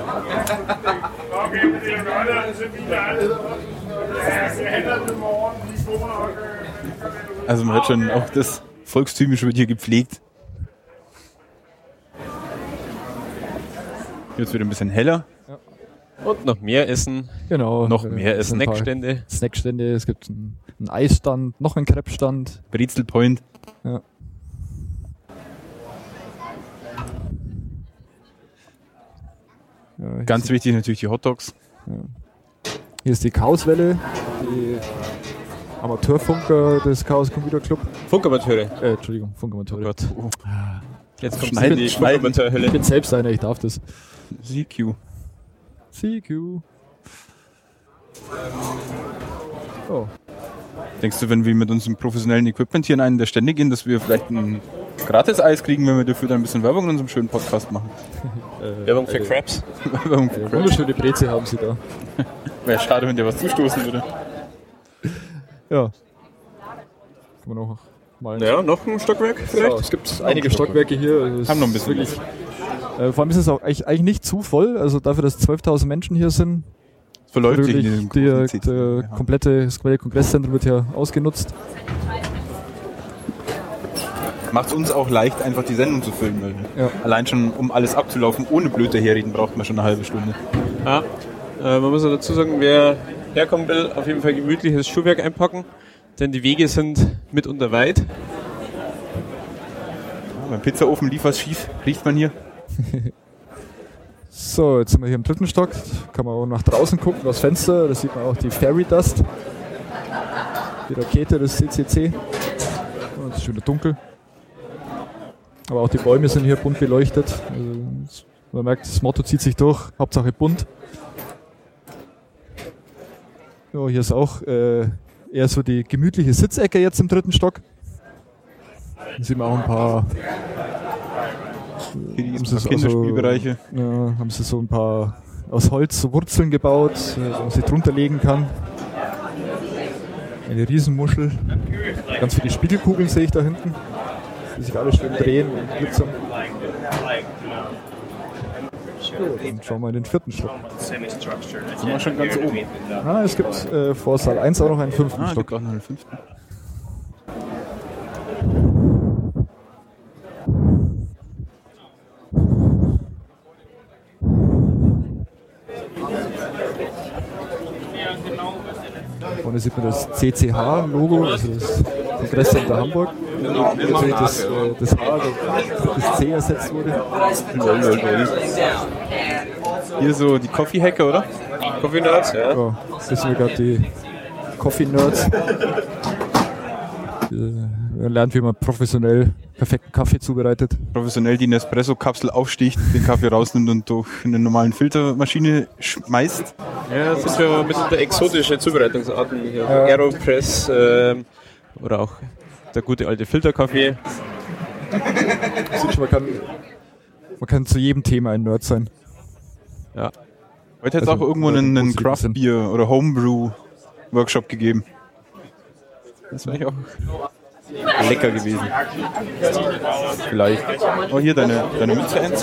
S3: Also man hat schon auch das Volkstümliche wird hier gepflegt. Jetzt wird ein bisschen heller.
S2: Ja. Und noch mehr Essen.
S1: Genau.
S2: Noch mehr Snackstände.
S1: Snackstände, es gibt einen Eisstand, noch einen Crepe-Stand.
S3: Brezelpoint.
S1: Ja.
S3: Ja, ganz wichtig natürlich die Hotdogs.
S1: Ja. Hier ist die Chaoswelle, die Amateurfunker des Chaos Computer Club.
S2: Funkamateure.
S1: Entschuldigung, Funkamateure.
S2: Oh Gott.
S1: Oh.
S2: Jetzt kommt die Funkamateurhölle.
S1: Ich bin selbst einer, ich darf das.
S3: CQ.
S1: Oh.
S3: Denkst du, wenn wir mit unserem professionellen Equipment hier in einen der Stände gehen, dass wir vielleicht ein Gratis-Eis kriegen, wenn wir dafür dann ein bisschen Werbung in unserem schönen Podcast machen?
S2: Werbung für Crabs.
S3: Werbung für Crabs.
S1: Wunderschöne Breze haben sie da.
S3: Wäre schade, wenn dir was zustoßen würde.
S1: Ja. Kann man noch mal.
S2: Ja, noch ein Stockwerk vielleicht?
S1: Ja, es gibt einige Stockwerke hier. Also
S3: haben noch ein bisschen
S1: wirklich, vor allem ist es auch eigentlich nicht zu voll. Also dafür, dass 12.000 Menschen hier sind.
S3: Es verläuft sich in
S1: das komplette Kongresszentrum wird ja ausgenutzt.
S3: macht es uns auch leicht, einfach die Sendung zu filmen. Weil allein schon, um alles abzulaufen, ohne blöd daherreden, braucht man schon eine halbe Stunde.
S2: Ja, man muss ja dazu sagen, wer herkommen will, auf jeden Fall gemütliches Schuhwerk einpacken, denn die Wege sind mitunter weit.
S3: Beim Pizzaofen lief was schief, riecht man hier.
S1: So, jetzt sind wir hier im 3. Stock. Kann man auch nach draußen gucken, das Fenster. Da sieht man auch die Fairy Dust. Die Rakete des CCC. Oh, es ist schon wieder dunkel. Aber auch die Bäume sind hier bunt beleuchtet. Also, man merkt, das Motto zieht sich durch. Hauptsache bunt. Ja, hier ist auch eher so die gemütliche Sitzecke jetzt im 3. Stock. Hier sieht man auch ein paar
S3: Kinderspielbereiche.
S1: Haben sie so ein paar aus Holz so Wurzeln gebaut, wo man sie drunter legen kann. Eine Riesenmuschel. Ganz viele Spiegelkugeln sehe ich da hinten, die sich alle schön drehen und glitzern. Dann schauen wir in den 4. Stock.
S3: Sind wir schon ganz oben.
S1: Es gibt vor Saal 1 auch noch einen 5. Stock.
S3: Gibt auch noch einen 5.
S1: Vorne sieht man das CCH-Logo, also das Kongresscenter Hamburg. Natürlich das H, das C ersetzt wurde.
S3: Hier so die Coffee-Hacker, oder?
S2: Coffee-Nerds, ja.
S1: Ja, das sind gerade die Coffee-Nerds. Man lernt, wie man professionell perfekten Kaffee zubereitet.
S3: Professionell die Nespresso-Kapsel aufsticht, den Kaffee rausnimmt und durch eine normalen Filtermaschine schmeißt.
S2: Ja, das sind ja mitunter exotische Zubereitungsarten. Hier. Aeropress oder auch der gute alte Filterkaffee.
S1: Man kann zu jedem Thema ein Nerd sein.
S2: Ja.
S3: Heute hat es auch irgendwo einen Craft Beer oder Homebrew Workshop gegeben. Das wäre eigentlich auch lecker gewesen. Vielleicht. Oh, hier deine Mütze, Enz.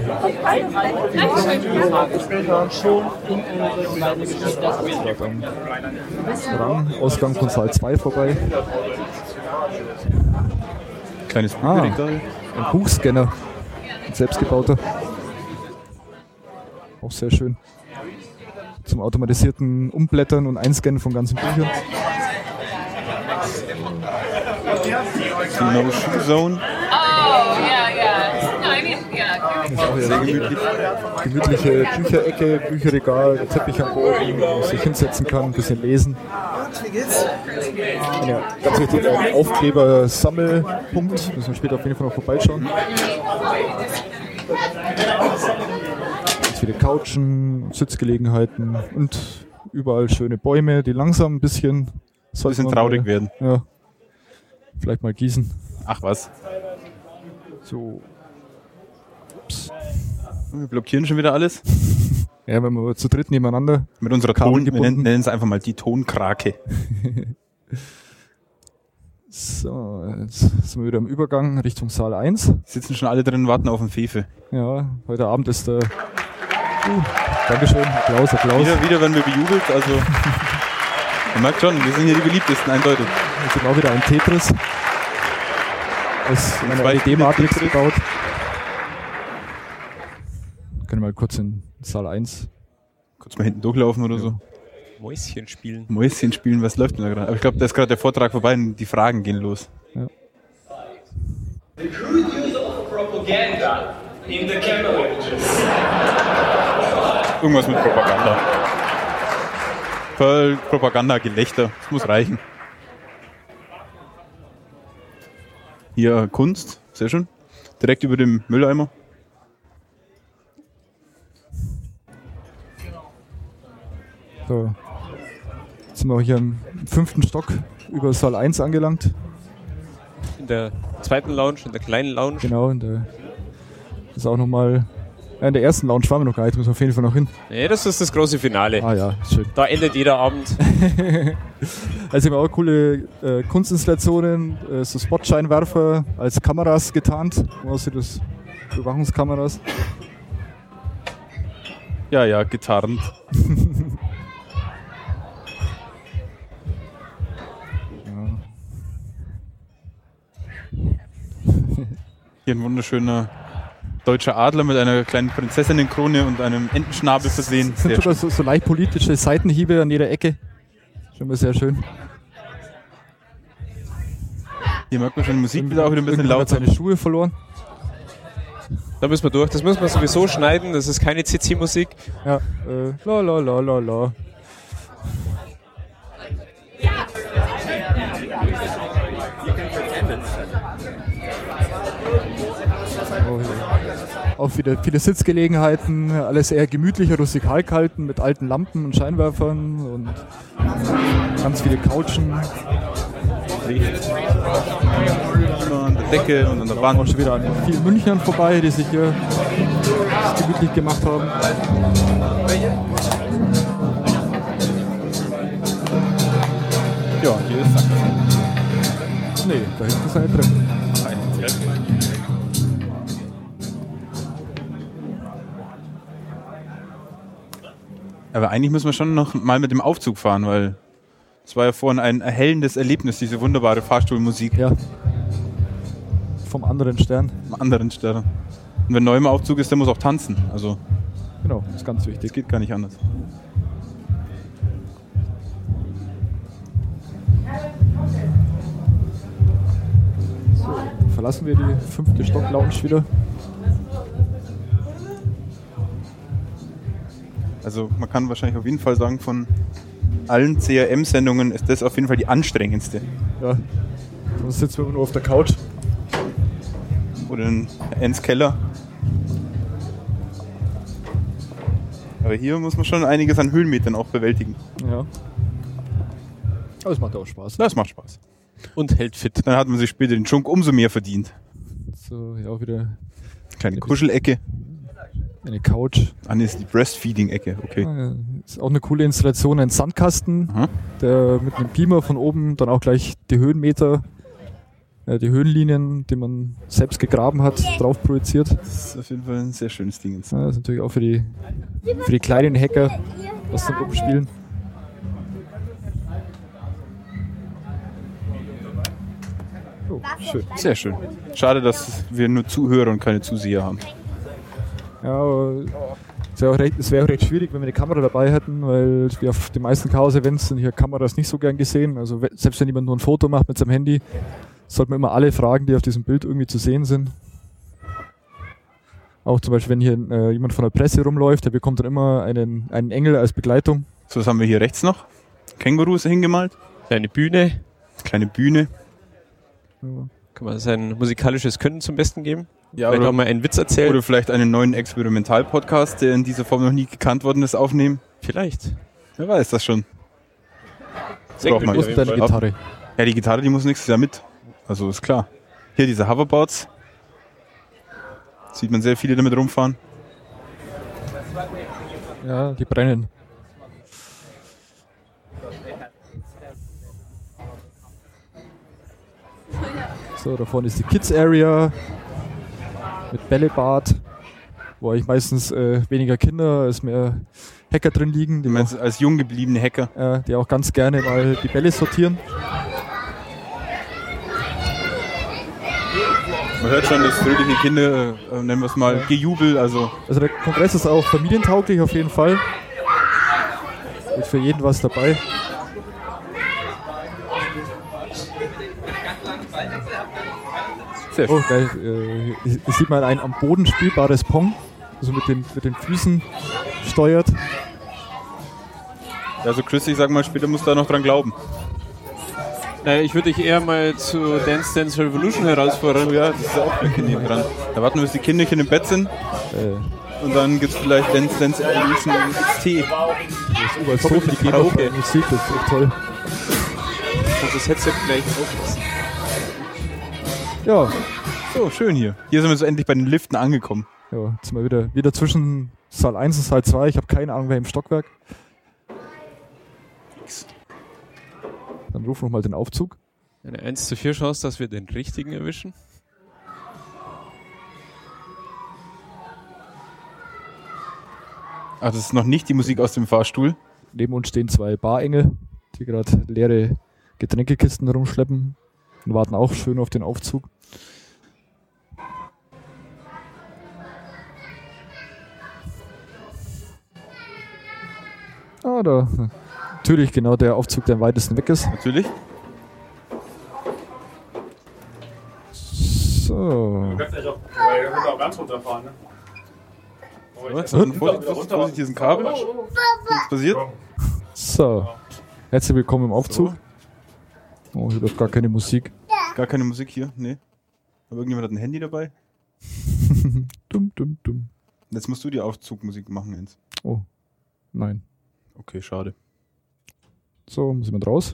S1: Ausgang von Saal 2 vorbei.
S3: Kleines Bücherregal.
S1: Ein Buchscanner. Ein selbstgebauter. Auch sehr schön. Zum automatisierten Umblättern und Einscannen von ganzen Büchern.
S3: No Shoe Zone.
S1: Das ist auch sehr gemütlich. Gemütliche Bücherecke, Bücherregal, der Teppich am Boden, wo man sich hinsetzen kann, ein bisschen lesen. Ja, ganz richtig ein Aufkleber-Sammelpunkt. Müssen wir später auf jeden Fall noch vorbeischauen. Ganz viele Couchen, Sitzgelegenheiten und überall schöne Bäume, die langsam ein bisschen
S3: traurig werden.
S1: Ja. Vielleicht mal gießen.
S3: Ach was.
S1: So. Ups.
S3: Wir blockieren schon wieder alles.
S1: Ja, wenn wir zu dritt nebeneinander.
S3: Mit unserer wir nennen es einfach mal die Tonkrake.
S1: So, jetzt sind wir wieder im Übergang Richtung Saal 1.
S3: Sitzen schon alle drin und warten auf den Fefe.
S1: Ja, heute Abend ist der... Dankeschön, Applaus.
S3: Wieder werden wir bejubelt, also... Man merkt schon, wir sind hier die beliebtesten, eindeutig.
S1: Jetzt sind auch wieder ein Tetris. Aus einer LED-Matrix gebaut. Können wir mal kurz in Saal 1.
S3: Kurz mal hinten durchlaufen oder so.
S2: Mäuschen spielen.
S3: Mäuschen spielen, was läuft denn da gerade? Aber ich glaube, da ist gerade der Vortrag vorbei und die Fragen gehen los.
S1: Ja.
S7: The crude use of propaganda in the chemical images.
S3: Irgendwas mit Propaganda. Voll Propaganda-Gelächter. Das muss reichen. Hier Kunst. Sehr schön. Direkt über dem Mülleimer.
S1: So. Jetzt sind wir hier im 5. Stock über Saal 1 angelangt.
S2: In der zweiten Lounge, in der kleinen Lounge.
S1: Genau, das ist auch nochmal... in der ersten Lounge waren wir noch gar nicht, müssen wir auf jeden Fall noch hin.
S2: Nee, das ist das große Finale.
S1: Ah ja, schön.
S2: Da endet jeder Abend.
S1: Also haben wir auch coole Kunstinstallationen, so Spotscheinwerfer als Kameras getarnt. Außer das Überwachungskameras.
S3: Ja, getarnt. Hier ein wunderschöner deutscher Adler mit einer kleinen Prinzessinnenkrone und einem Entenschnabel versehen.
S1: Das sind sogar so leicht politische Seitenhiebe an jeder Ecke. Schon mal sehr schön.
S3: Hier merkt man schon, die Musik wird auch wieder ein bisschen
S1: Irgendwann hat
S3: lauter.
S1: seine Schuhe verloren.
S2: Da müssen wir durch. Das müssen wir sowieso schneiden. Das ist keine CC-Musik.
S1: Ja, la la la la la. Oh, ja. Auch wieder viele Sitzgelegenheiten, alles eher gemütlicher, rustikal gehalten mit alten Lampen und Scheinwerfern und ganz viele Couchen.
S3: Licht. An der Decke und an der
S1: Auch
S3: Wand.
S1: schon wieder an vielen Münchnern vorbei, die sich hier gemütlich gemacht haben.
S3: Ja, hier ist es.
S1: Nee, da hinten ist eine drin.
S3: Aber eigentlich müssen wir schon noch mal mit dem Aufzug fahren, weil es war ja vorhin ein erhellendes Erlebnis, diese wunderbare Fahrstuhlmusik
S1: Ja. Vom anderen Stern.
S3: am anderen Stern. Und wenn neu im Aufzug ist, der muss auch tanzen. Also
S1: Genau, das ist ganz
S3: das
S1: wichtig.
S3: geht gar nicht anders.
S1: Verlassen wir die 5. Stock-Lounge wieder.
S3: Also man kann wahrscheinlich auf jeden Fall sagen, von allen CRM-Sendungen ist das auf jeden Fall die anstrengendste.
S1: Ja. Sonst sitzen wir immer nur auf der Couch.
S3: Oder in Ens Keller. Aber hier muss man schon einiges an Höhenmetern auch bewältigen.
S1: Ja. Aber es macht auch Spaß.
S3: Das macht Spaß.
S2: Und hält fit.
S3: Dann hat man sich später den Schunk umso mehr verdient.
S1: So, ja, auch wieder
S3: Kleine Kuschelecke.
S1: eine Couch.
S3: Dann ist die Breastfeeding-Ecke, okay.
S1: Ja, ist auch eine coole Installation, ein Sandkasten,
S3: Aha.
S1: der mit einem Beamer von oben dann auch gleich die Höhenmeter, die Höhenlinien, die man selbst gegraben hat, drauf projiziert.
S3: Das ist auf jeden Fall ein sehr schönes Ding.
S1: Ja, das ist natürlich auch für die kleinen Hacker, was zum Umspielen. Oh, schön.
S3: Sehr schön. Schade, dass wir nur Zuhörer und keine Zuseher haben.
S1: Ja, aber es wäre auch recht schwierig, wenn wir eine Kamera dabei hätten, weil wir auf den meisten Chaos-Events sind hier Kameras nicht so gern gesehen. Also selbst wenn jemand nur ein Foto macht mit seinem Handy, sollte man immer alle fragen, die auf diesem Bild irgendwie zu sehen sind. Auch zum Beispiel, wenn hier jemand von der Presse rumläuft, der bekommt dann immer einen Engel als Begleitung.
S3: So, was haben wir hier rechts noch? Kängurus hingemalt.
S2: Eine Bühne.
S3: Kleine Bühne.
S2: Kann man sein musikalisches Können zum Besten geben?
S3: Ja,
S2: Vielleicht
S3: oder-
S2: auch mal einen Witz erzählen?
S3: Oder vielleicht einen neuen Experimental-Podcast, der in dieser Form noch nie gekannt worden ist, aufnehmen.
S2: Vielleicht.
S3: Wer weiß das schon.
S2: Denkt
S3: man
S1: Wo ist
S2: mir
S1: denn deine
S2: auf jeden Fall.
S1: Gitarre?
S3: Ja, die Gitarre, die muss nächstes Jahr mit. Also ist klar. Hier diese Hoverboards. Sieht man sehr viele damit rumfahren.
S1: Ja, die brennen. So, da vorne ist die Kids Area mit Bällebad, wo eigentlich meistens weniger Kinder als mehr Hacker drin liegen,
S3: Du meinst als jung gebliebene Hacker.
S1: die auch ganz gerne mal die Bälle sortieren.
S3: Man hört schon das fröhliche Kinder, nennen wir es mal, Gejubel. Also
S1: Also der Kongress ist auch familientauglich auf jeden Fall. Ist für jeden was dabei.
S3: sehr
S1: Oh,
S3: schön.
S1: geil. Hier sieht man ein am Boden spielbares Pong, also mit den Füßen steuert.
S3: Also Chris, ich sag mal, später musst du da noch dran glauben.
S2: Naja, ich würde dich eher mal zu Dance Dance Revolution herausfordern.
S3: Oh ja, das ist ja auch gleich neben dran. Da warten wir, bis die Kinderchen im Bett sind. Und dann gibt's vielleicht Dance Dance Evolution XT.
S1: Überall so viel geht auf der Musik, das ist echt toll.
S2: Kannst das Headset gleich auflassen.
S1: Ja,
S3: So, schön hier. Hier sind wir so endlich bei den Liften angekommen.
S1: ja, jetzt sind wir wieder zwischen Saal 1 und Saal 2. Ich habe keine Ahnung, wer im Stockwerk. Dann rufen wir mal den Aufzug.
S2: Eine 1:4 Chance, dass wir den richtigen erwischen.
S3: Ach, das ist noch nicht die Musik aus dem Fahrstuhl.
S1: Neben uns stehen zwei Barengel, die gerade leere Getränkekisten rumschleppen und warten auch schön auf den Aufzug. Ah, da. Natürlich genau der Aufzug, der am weitesten weg ist.
S3: Natürlich.
S1: So.
S8: Du kannst auch ganz runterfahren, ne?
S3: Vorsicht, hier ist ein Kabel. Was ist passiert?
S1: So. Herzlich willkommen im Aufzug. Oh, hier läuft gar keine Musik.
S3: Gar keine Musik hier? Nee. Aber irgendjemand hat ein Handy dabei?
S1: Dumm, dumm, dumm.
S3: Jetzt musst du die Aufzugmusik machen, Jens.
S1: Oh. Nein.
S3: Okay, schade.
S1: So, muss jemand raus?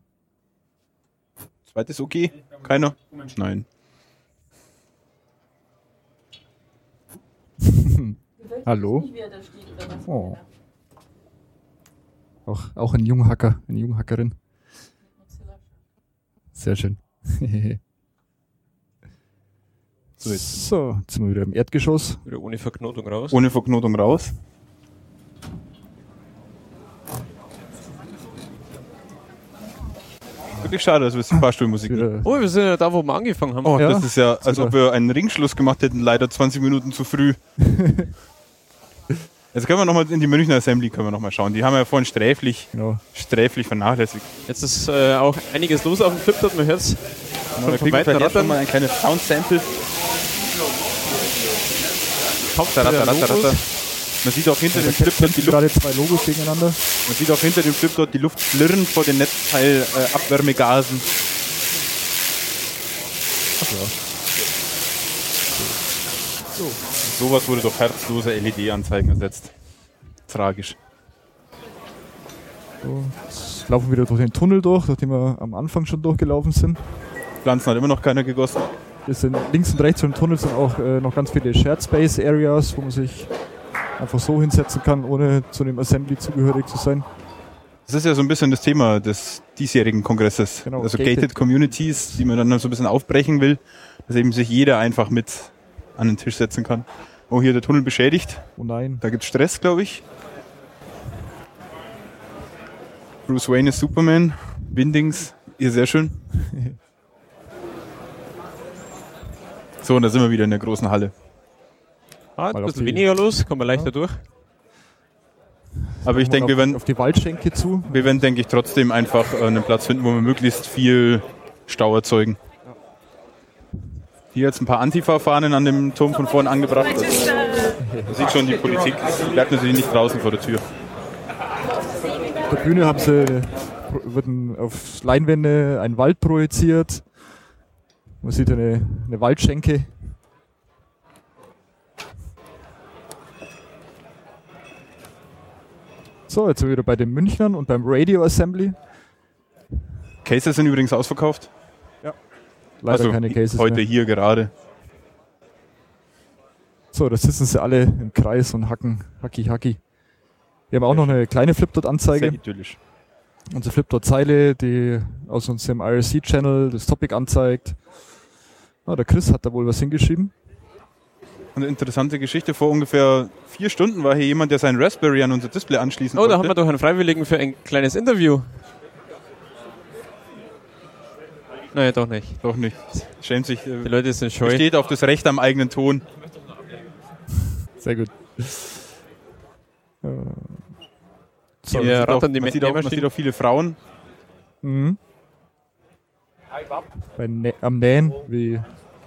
S3: Zweites okay? Keiner? Nein.
S1: Hallo? Oh. Auch ein Junghacker, eine Junghackerin. Sehr schön. So, jetzt sind wir wieder im Erdgeschoss.
S2: Wieder ohne Verknotung raus.
S3: Ohne Verknotung raus. Wirklich schade, dass wir jetzt die Fahrstuhlmusik nicht.
S2: Oh, wir sind ja da, wo wir angefangen haben.
S3: Oh,
S1: Ja,
S3: das ist ja, als
S1: super.
S3: ob wir einen Ringschluss gemacht hätten, leider 20 Minuten zu früh. Jetzt können wir nochmal in die Münchner Assembly schauen. Die haben wir ja vorhin sträflich vernachlässigt.
S2: Jetzt ist auch einiges los auf dem Flipdot, man hört es.
S3: Da kriegen wir vielleicht schon mal ein kleines Sound-Sample. Man sieht auch hinter dem Flipdot die Luft.
S1: Gerade zwei Logos gegeneinander.
S3: Man sieht auch hinter dem Flipdot die Luft flirren vor den Netzteil-Abwärmegasen. Sowas wurde durch herzlose LED-Anzeigen ersetzt. Tragisch.
S1: So, jetzt laufen wir wieder durch den Tunnel durch den wir am Anfang schon durchgelaufen sind.
S3: Pflanzen hat immer noch keiner gegossen.
S1: Wir sind links und rechts vom Tunnel sind auch noch ganz viele Shared Space Areas, wo man sich einfach so hinsetzen kann, ohne zu dem Assembly zugehörig zu sein.
S3: Das ist ja so ein bisschen das Thema des diesjährigen Kongresses.
S1: Genau,
S3: also Gated Communities, die man dann so ein bisschen aufbrechen will, dass eben sich jeder einfach mit an den Tisch setzen kann. Oh, hier der Tunnel beschädigt.
S1: Oh nein.
S3: Da gibt's Stress, glaube ich. Bruce Wayne ist Superman. Windings, ihr sehr schön. So, und da sind wir wieder in der großen Halle.
S2: Ein
S1: Mal auf
S2: bisschen
S1: die-
S2: weniger los, kommen wir leichter durch.
S3: Aber ich denke, wir werden,
S1: auf die Waldschenke zu.
S3: denke ich, trotzdem einfach einen Platz finden, wo wir möglichst viel Stau erzeugen. Hier jetzt ein paar Antifa-Fahnen an dem Turm von vorn angebracht. Also, man sieht schon, die Politik bleibt natürlich nicht draußen vor der Tür.
S1: Auf der Bühne wird auf Leinwände ein Wald projiziert. Man sieht eine Waldschenke. So, jetzt sind wir wieder bei den Münchnern und beim Radio Assembly.
S3: Cases sind übrigens ausverkauft.
S1: Leider keine Cases
S3: heute
S1: mehr.
S3: hier gerade.
S1: So, da sitzen sie alle im Kreis und hacken, hacki. Wir haben auch noch eine kleine
S3: Sehr
S1: Flipdot-Anzeige.
S3: idyllisch.
S1: Unsere Flipdot-Zeile, die aus unserem IRC-Channel das Topic anzeigt. Ah, der Chris hat da wohl was hingeschrieben.
S3: Eine interessante Geschichte. Vor ungefähr 4 Stunden war hier jemand, der seinen Raspberry an unser Display anschließen
S2: Oh,
S3: wollte.
S2: da haben wir doch einen Freiwilligen für ein kleines Interview. Nein, doch nicht.
S3: Doch nicht. Schämt sich.
S2: Die Leute sind scheu.
S3: Steht auf das Recht am eigenen Ton.
S1: Sehr gut.
S2: So,
S3: man
S2: wir
S3: sieht auch,
S2: rattern die
S3: man sieht auch viele Frauen.
S1: Mhm. Am Nähen, wie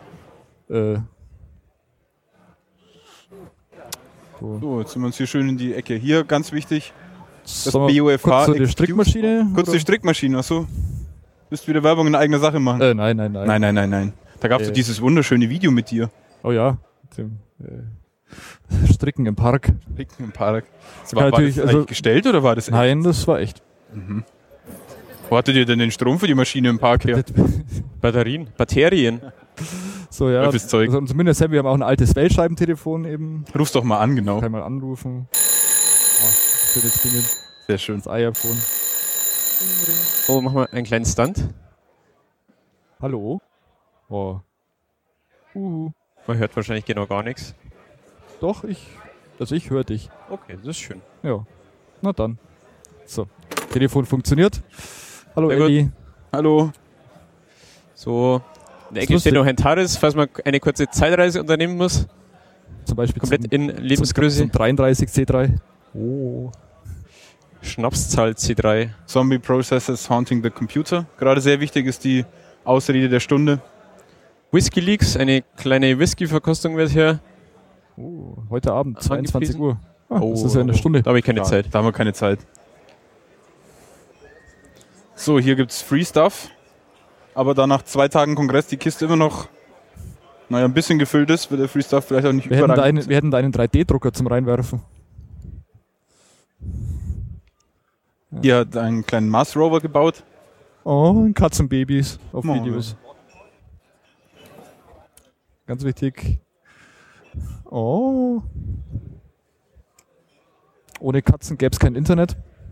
S3: So, jetzt sind wir uns hier schön in die Ecke. Hier, ganz wichtig, das
S1: Sollen wir
S3: BOFH.
S1: kurz so die
S3: Excuse.
S1: Strickmaschine?
S3: Kurz die
S1: oder?
S3: Strickmaschine, achso. Willst du wieder Werbung in eigener Sache machen?
S1: Nein.
S3: Nein. Da gab es dieses wunderschöne Video mit dir.
S1: Oh ja, mit dem Stricken im Park.
S3: Stricken im Park.
S1: kann
S3: War
S1: natürlich,
S3: das
S1: also-
S3: eigentlich gestellt oder war das echt?
S1: Nein, das war echt.
S3: Wo hattet ihr denn den Strom für die Maschine im Park her?
S2: Batterien.
S1: So, ja.
S3: Fürs Zeug.
S1: Also zumindest haben wir auch ein altes Wählscheibentelefon eben.
S3: Ruf's doch mal an, genau.
S1: Kann mal anrufen. Das wird jetzt klingeln.
S3: Sehr schön.
S1: Das iPhone.
S2: Oh, machen wir einen kleinen Stunt.
S1: Hallo? Oh.
S2: Man hört wahrscheinlich genau gar nichts.
S1: Doch, ich höre dich.
S2: Okay, das ist schön.
S1: Ja. Na dann. So. Telefon funktioniert. Hallo
S2: Sehr gut.
S1: Elli.
S3: Hallo.
S2: So, in der Ecke
S1: lustig.
S2: steht noch ein TARDIS, falls man eine kurze Zeitreise unternehmen muss.
S1: Zum Beispiel
S2: Komplett in
S1: zum
S2: Lebensgröße.
S1: 33C3. Oh.
S2: Schnapszahl C3.
S3: Zombie Processes Haunting the Computer. Gerade sehr wichtig ist die Ausrede der Stunde.
S2: Whisky Leaks, eine kleine Whisky-Verkostung wird hier.
S1: Heute Abend, 22 Uhr. Das ist
S2: ja
S1: ja eine Stunde.
S2: Da habe ich keine Zeit.
S3: Da haben wir keine Zeit. So, hier gibt's Free Stuff. Aber da nach 2 Tagen Kongress die Kiste immer noch ein bisschen gefüllt ist, wird der Free Stuff vielleicht auch nicht überragend.
S1: Wir hätten da einen 3D-Drucker zum Reinwerfen.
S3: Hier hat einen kleinen Mars Rover gebaut.
S1: Oh, und Katzenbabys auf Videos. Ganz wichtig. Oh. Ohne Katzen gäbe es kein Internet.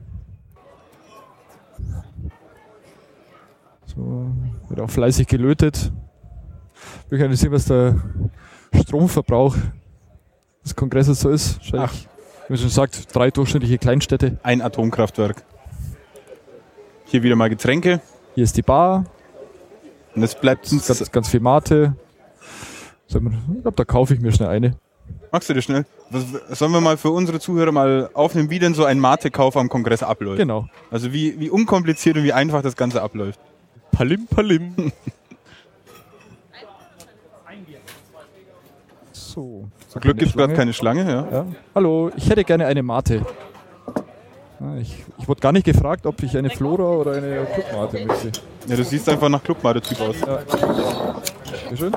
S1: So, wird auch fleißig gelötet. Wir können sehen, was der Stromverbrauch des Kongresses so ist. Wahrscheinlich, wie man schon sagt, 3 durchschnittliche Kleinstädte.
S3: Ein Atomkraftwerk. Hier wieder mal Getränke.
S1: Hier ist die Bar.
S3: Und es bleibt uns
S1: ganz viel Mate. Ich glaube, da kaufe ich mir schnell eine.
S3: Magst du dir schnell? Sollen wir mal für unsere Zuhörer mal aufnehmen, wie denn so ein Mate-Kauf am Kongress abläuft?
S1: Genau.
S3: Also wie unkompliziert und wie einfach das Ganze abläuft.
S2: Palim, palim.
S1: So.
S3: Zum Glück gibt es gerade keine Schlange. Ja.
S1: Hallo, ich hätte gerne eine Mate. Ich wurde gar nicht gefragt, ob ich eine Flora oder eine Clubmate möchte.
S3: Ja, du siehst einfach nach Clubmate-Typ aus.
S1: Ja. Dankeschön.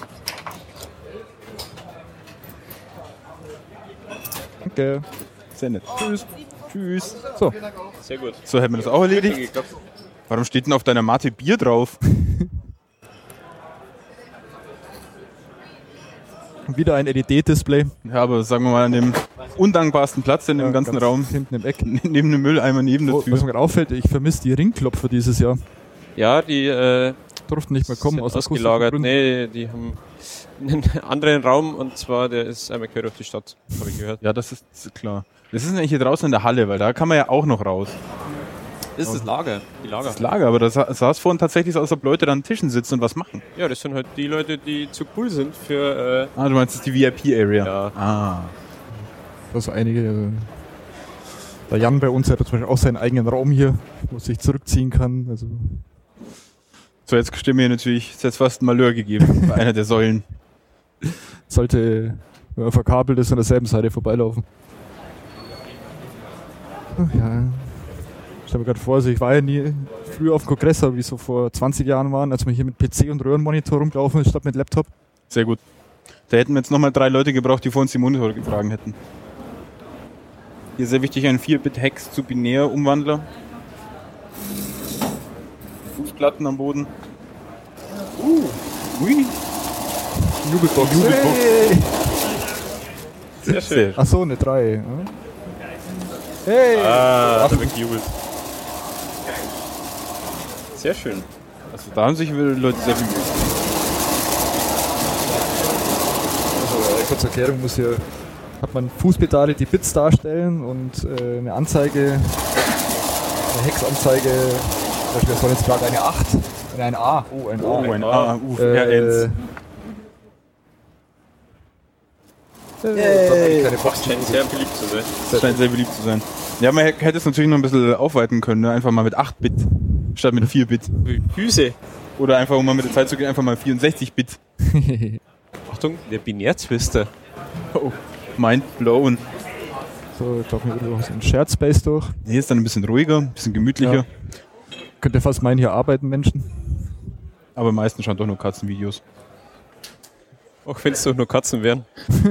S1: Danke.
S3: Sehr nett. Tschüss.
S1: So.
S2: Sehr gut.
S3: So, hätten wir das auch erledigt. Warum steht denn auf deiner Mate Bier drauf?
S1: Wieder ein LED-Display.
S3: Ja, aber sagen wir mal an dem undankbarsten Platz in dem ganzen Raum.
S1: Hinten im Eck.
S3: Neben dem Mülleimer, neben der Tür.
S1: Was mir gerade auffällt, ich vermisse die Ringklopfer dieses Jahr.
S2: Ja, die
S1: durften nicht mehr kommen aus
S2: ausgelagert. Nee, die haben einen anderen Raum und zwar der ist einmal quer durch die Stadt, habe ich gehört.
S3: Ja, das ist klar. Das ist eigentlich hier draußen in der Halle, weil da kann man ja auch noch raus.
S2: Das ist das Lager. Die Lager.
S3: Das Lager, aber da saß vorhin tatsächlich so aus, ob Leute da an Tischen sitzen und was machen.
S2: Ja, das sind halt die Leute, die zu cool sind für...
S3: du meinst, das ist die VIP-Area?
S2: Ja.
S3: Ah.
S1: Also einige... Der Jan bei uns hat zum Beispiel auch seinen eigenen Raum hier, wo er sich zurückziehen kann. Also
S3: so, jetzt stimmt mir natürlich, ist jetzt fast ein Malheur gegeben bei einer der Säulen.
S1: Sollte, wenn man verkabelt ist, an derselben Seite vorbeilaufen. Ach ja. Ich stelle mir gerade vor, also ich war ja nie früher auf dem Kongress, wie so vor 20 Jahren waren, als man hier mit PC und Röhrenmonitor rumgelaufen ist, statt mit Laptop.
S3: Sehr gut. Da hätten wir jetzt nochmal 3 Leute gebraucht, die vor uns die Monitore getragen hätten. Hier sehr wichtig, ein 4-Bit-Hex zu Binär-Umwandler. Fußplatten am Boden. Ui.
S1: Jubelbox.
S3: Hey.
S2: Sehr schön.
S1: Achso, eine 3. Ja.
S2: Hey! Da wird gejubelt. Sehr schön.
S3: Also da haben sich die Leute sehr viel Mühe.
S1: Also, kurze Erklärung, hat man Fußpedale, die Bits darstellen und eine Anzeige, eine Hexanzeige, zum Beispiel, das war jetzt gerade eine 8, eine A. Oh, ein A.
S3: Ein A. R1.
S2: Keine Box scheint sehr beliebt zu sein.
S3: Das scheint sehr beliebt zu sein. Ja, man hätte es natürlich noch ein bisschen aufweiten können, ne? Einfach mal mit 8-Bit statt mit 4-Bit.
S2: Füße.
S3: Oder einfach, um mal mit der Zeit zu gehen, einfach mal 64-Bit.
S2: Achtung, der Binärzwister.
S3: Oh, mind blown.
S1: So, ich glaube, wir so einen Shared Space durch.
S3: Hier ist dann ein bisschen ruhiger, ein bisschen gemütlicher.
S1: Ja. Könnt ihr fast meinen, hier arbeiten Menschen.
S3: Aber meistens schauen doch nur Katzenvideos.
S2: Auch wenn es doch nur Katzen wären.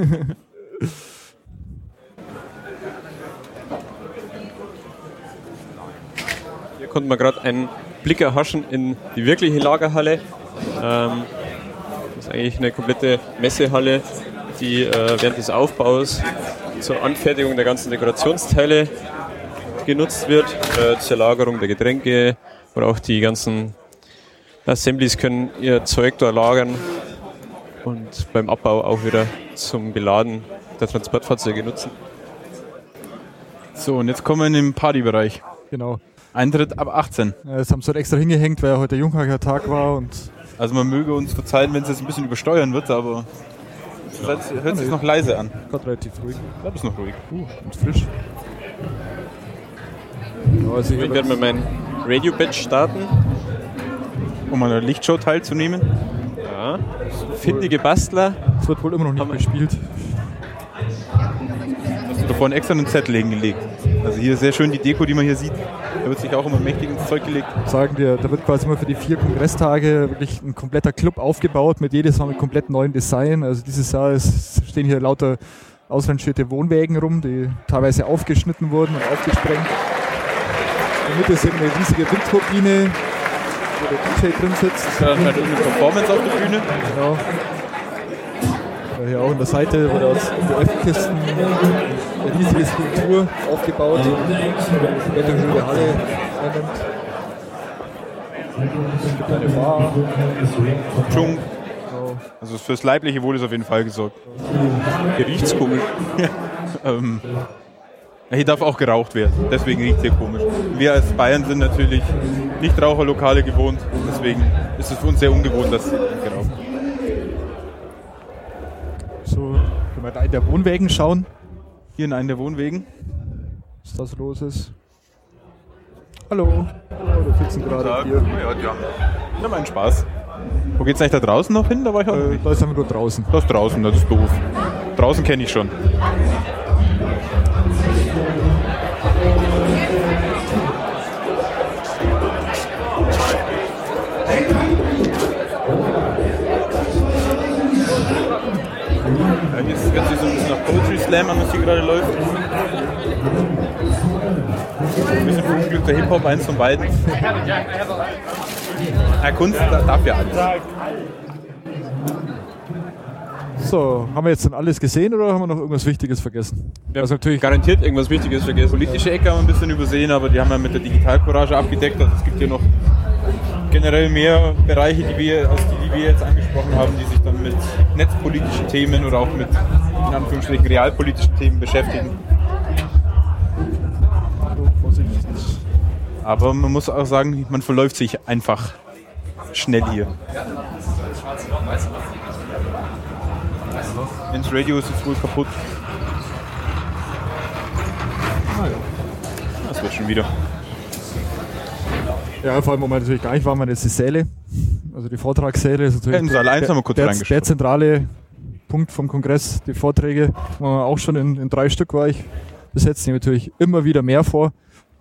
S2: Hier konnte man gerade einen Blick erhaschen in die wirkliche Lagerhalle. Das ist eigentlich eine komplette Messehalle, die während des Aufbaus zur Anfertigung der ganzen Dekorationsteile genutzt wird. Zur Lagerung der Getränke oder auch die ganzen Assemblies können ihr Zeug da lagern. Und beim Abbau auch wieder zum Beladen der Transportfahrzeuge nutzen.
S3: So, und jetzt kommen wir in den Partybereich.
S1: Genau.
S3: Eintritt ab 18.
S1: Das haben sie halt extra hingehängt, weil ja heute der Junghacker-Tag war. Und
S3: also man möge uns verzeihen, wenn es jetzt ein bisschen übersteuern wird, aber hört sich noch leise an.
S1: Gerade relativ ruhig.
S3: Bleib es noch ruhig.
S1: Und frisch. Ja, also
S2: Ich werde mit meinem Radio-Badge starten.
S3: Um an der Lichtshow teilzunehmen.
S2: Ja. Findige Bastler.
S1: Es wird wohl immer noch nicht gespielt.
S3: Hast du da vorne extra einen Zettel hingelegt? Also hier ist sehr schön die Deko, die man hier sieht. Da wird sich auch immer mächtig ins Zeug gelegt.
S1: Sagen wir, da wird quasi immer für die 4 Kongresstage wirklich ein kompletter Club aufgebaut, mit jedes Mal mit komplett neuen Design. Also dieses Jahr stehen hier lauter ausrangierte Wohnwägen rum, die teilweise aufgeschnitten wurden und aufgesprengt. In der Mitte ist eine riesige Windturbine, wo der DJ drin sitzt.
S3: Da ist halt irgendeine Performance auf der Bühne.
S1: Genau. Ja, hier auch an der Seite wurde aus der Öffkisten eine riesige Skulptur aufgebaut, die die Höhe Halle einnimmt. Es gibt eine Bar.
S3: Dschung. Also fürs leibliche Wohl ist auf jeden Fall gesorgt.
S2: Hier riecht's komisch.
S3: Hier darf auch geraucht werden, deswegen riecht es hier komisch. Wir als Bayern sind natürlich Nichtraucherlokale gewohnt, deswegen ist es für uns sehr ungewohnt, dass geraucht wird.
S1: So, können wir da in der Wohnwägen schauen,
S3: Hier in einen der Wohnwegen.
S1: was da so los ist. Hallo. Hallo, wir sitzen gerade hier.
S3: Ja, die haben einen Spaß. Wo geht's eigentlich da draußen noch hin? Da war ich auch noch nicht.
S1: Da ist einfach nur draußen.
S3: Das ist draußen, das ist doof. Draußen kenne ich schon. Ja, jetzt hört sich so ein bisschen nach Poetry Slam an, was hier gerade läuft. Ein bisschen verunglückter Hip-Hop, eins von beiden. Ja, Kunst darf ja alles.
S1: So, haben wir jetzt dann alles gesehen oder haben wir noch irgendwas Wichtiges vergessen?
S2: Wir haben natürlich garantiert irgendwas Wichtiges vergessen.
S3: Politische Ecke haben wir ein bisschen übersehen, aber die haben wir mit der Digitalcourage abgedeckt. Also es gibt hier noch generell mehr Bereiche, die wir jetzt angesprochen haben, die sich dann mit netzpolitischen Themen oder auch mit in Anführungsstrichen realpolitischen Themen beschäftigen. Aber man muss auch sagen, man verläuft sich einfach schnell hier. Ins Radio ist jetzt wohl kaputt. Das wird schon wieder.
S1: Ja, vor allem, wo man natürlich gar nicht war, man jetzt die Säle, also die Vortragssäle. Ist natürlich
S3: In Saal 1 haben wir kurz reingeschaut.
S1: der zentrale Punkt vom Kongress, die Vorträge, wo man auch schon in 3 Stück war ich besetzt, nehmen natürlich immer wieder mehr vor.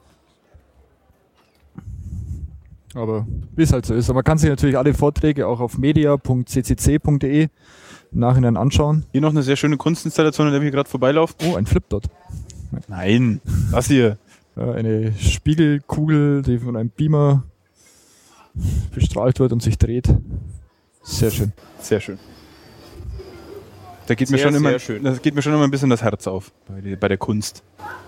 S1: Aber wie es halt so ist. Aber man kann sich natürlich alle Vorträge auch auf media.ccc.de im Nachhinein anschauen.
S3: Hier noch eine sehr schöne Kunstinstallation, an der wir hier gerade vorbeilaufen.
S1: Oh, ein Flipdot.
S3: Nein, das hier.
S1: Eine Spiegelkugel, die von einem Beamer bestrahlt wird und sich dreht. Sehr schön.
S3: Sehr schön. Da geht mir schon immer ein bisschen das Herz auf bei der Kunst.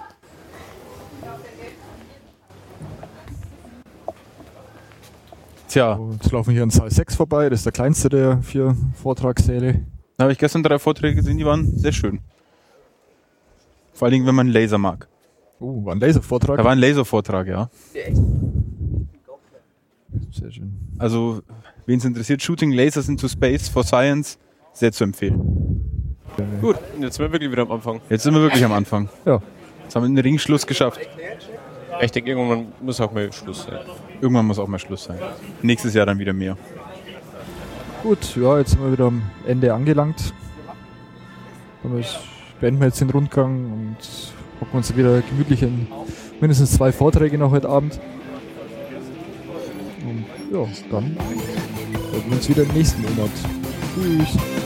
S3: Tja.
S1: Jetzt laufen wir hier an Saal 6 vorbei, das ist der kleinste der 4 Vortragssäle.
S3: Da habe ich gestern 3 Vorträge gesehen, die waren sehr schön. Vor allen Dingen, wenn man Laser mag.
S1: Oh, war ein Laservortrag?
S3: Da war ein Laservortrag, ja.
S1: Sehr schön.
S3: Also, wen es interessiert, Shooting Lasers into Space for Science, sehr zu empfehlen.
S2: Gut, jetzt sind wir wirklich wieder am Anfang.
S3: Jetzt sind wir wirklich am Anfang.
S1: Ja.
S3: Jetzt haben wir den Ringschluss geschafft.
S2: Ich denke, irgendwann muss auch mal Schluss sein.
S3: Irgendwann muss auch mal Schluss sein. Nächstes Jahr dann wieder mehr.
S1: Gut, ja, jetzt sind wir wieder am Ende angelangt. Damit beenden wir jetzt den Rundgang und hocken uns wieder gemütlich in mindestens 2 Vorträge noch heute Abend. Und ja, dann sehen wir uns wieder im nächsten Monat. Tschüss.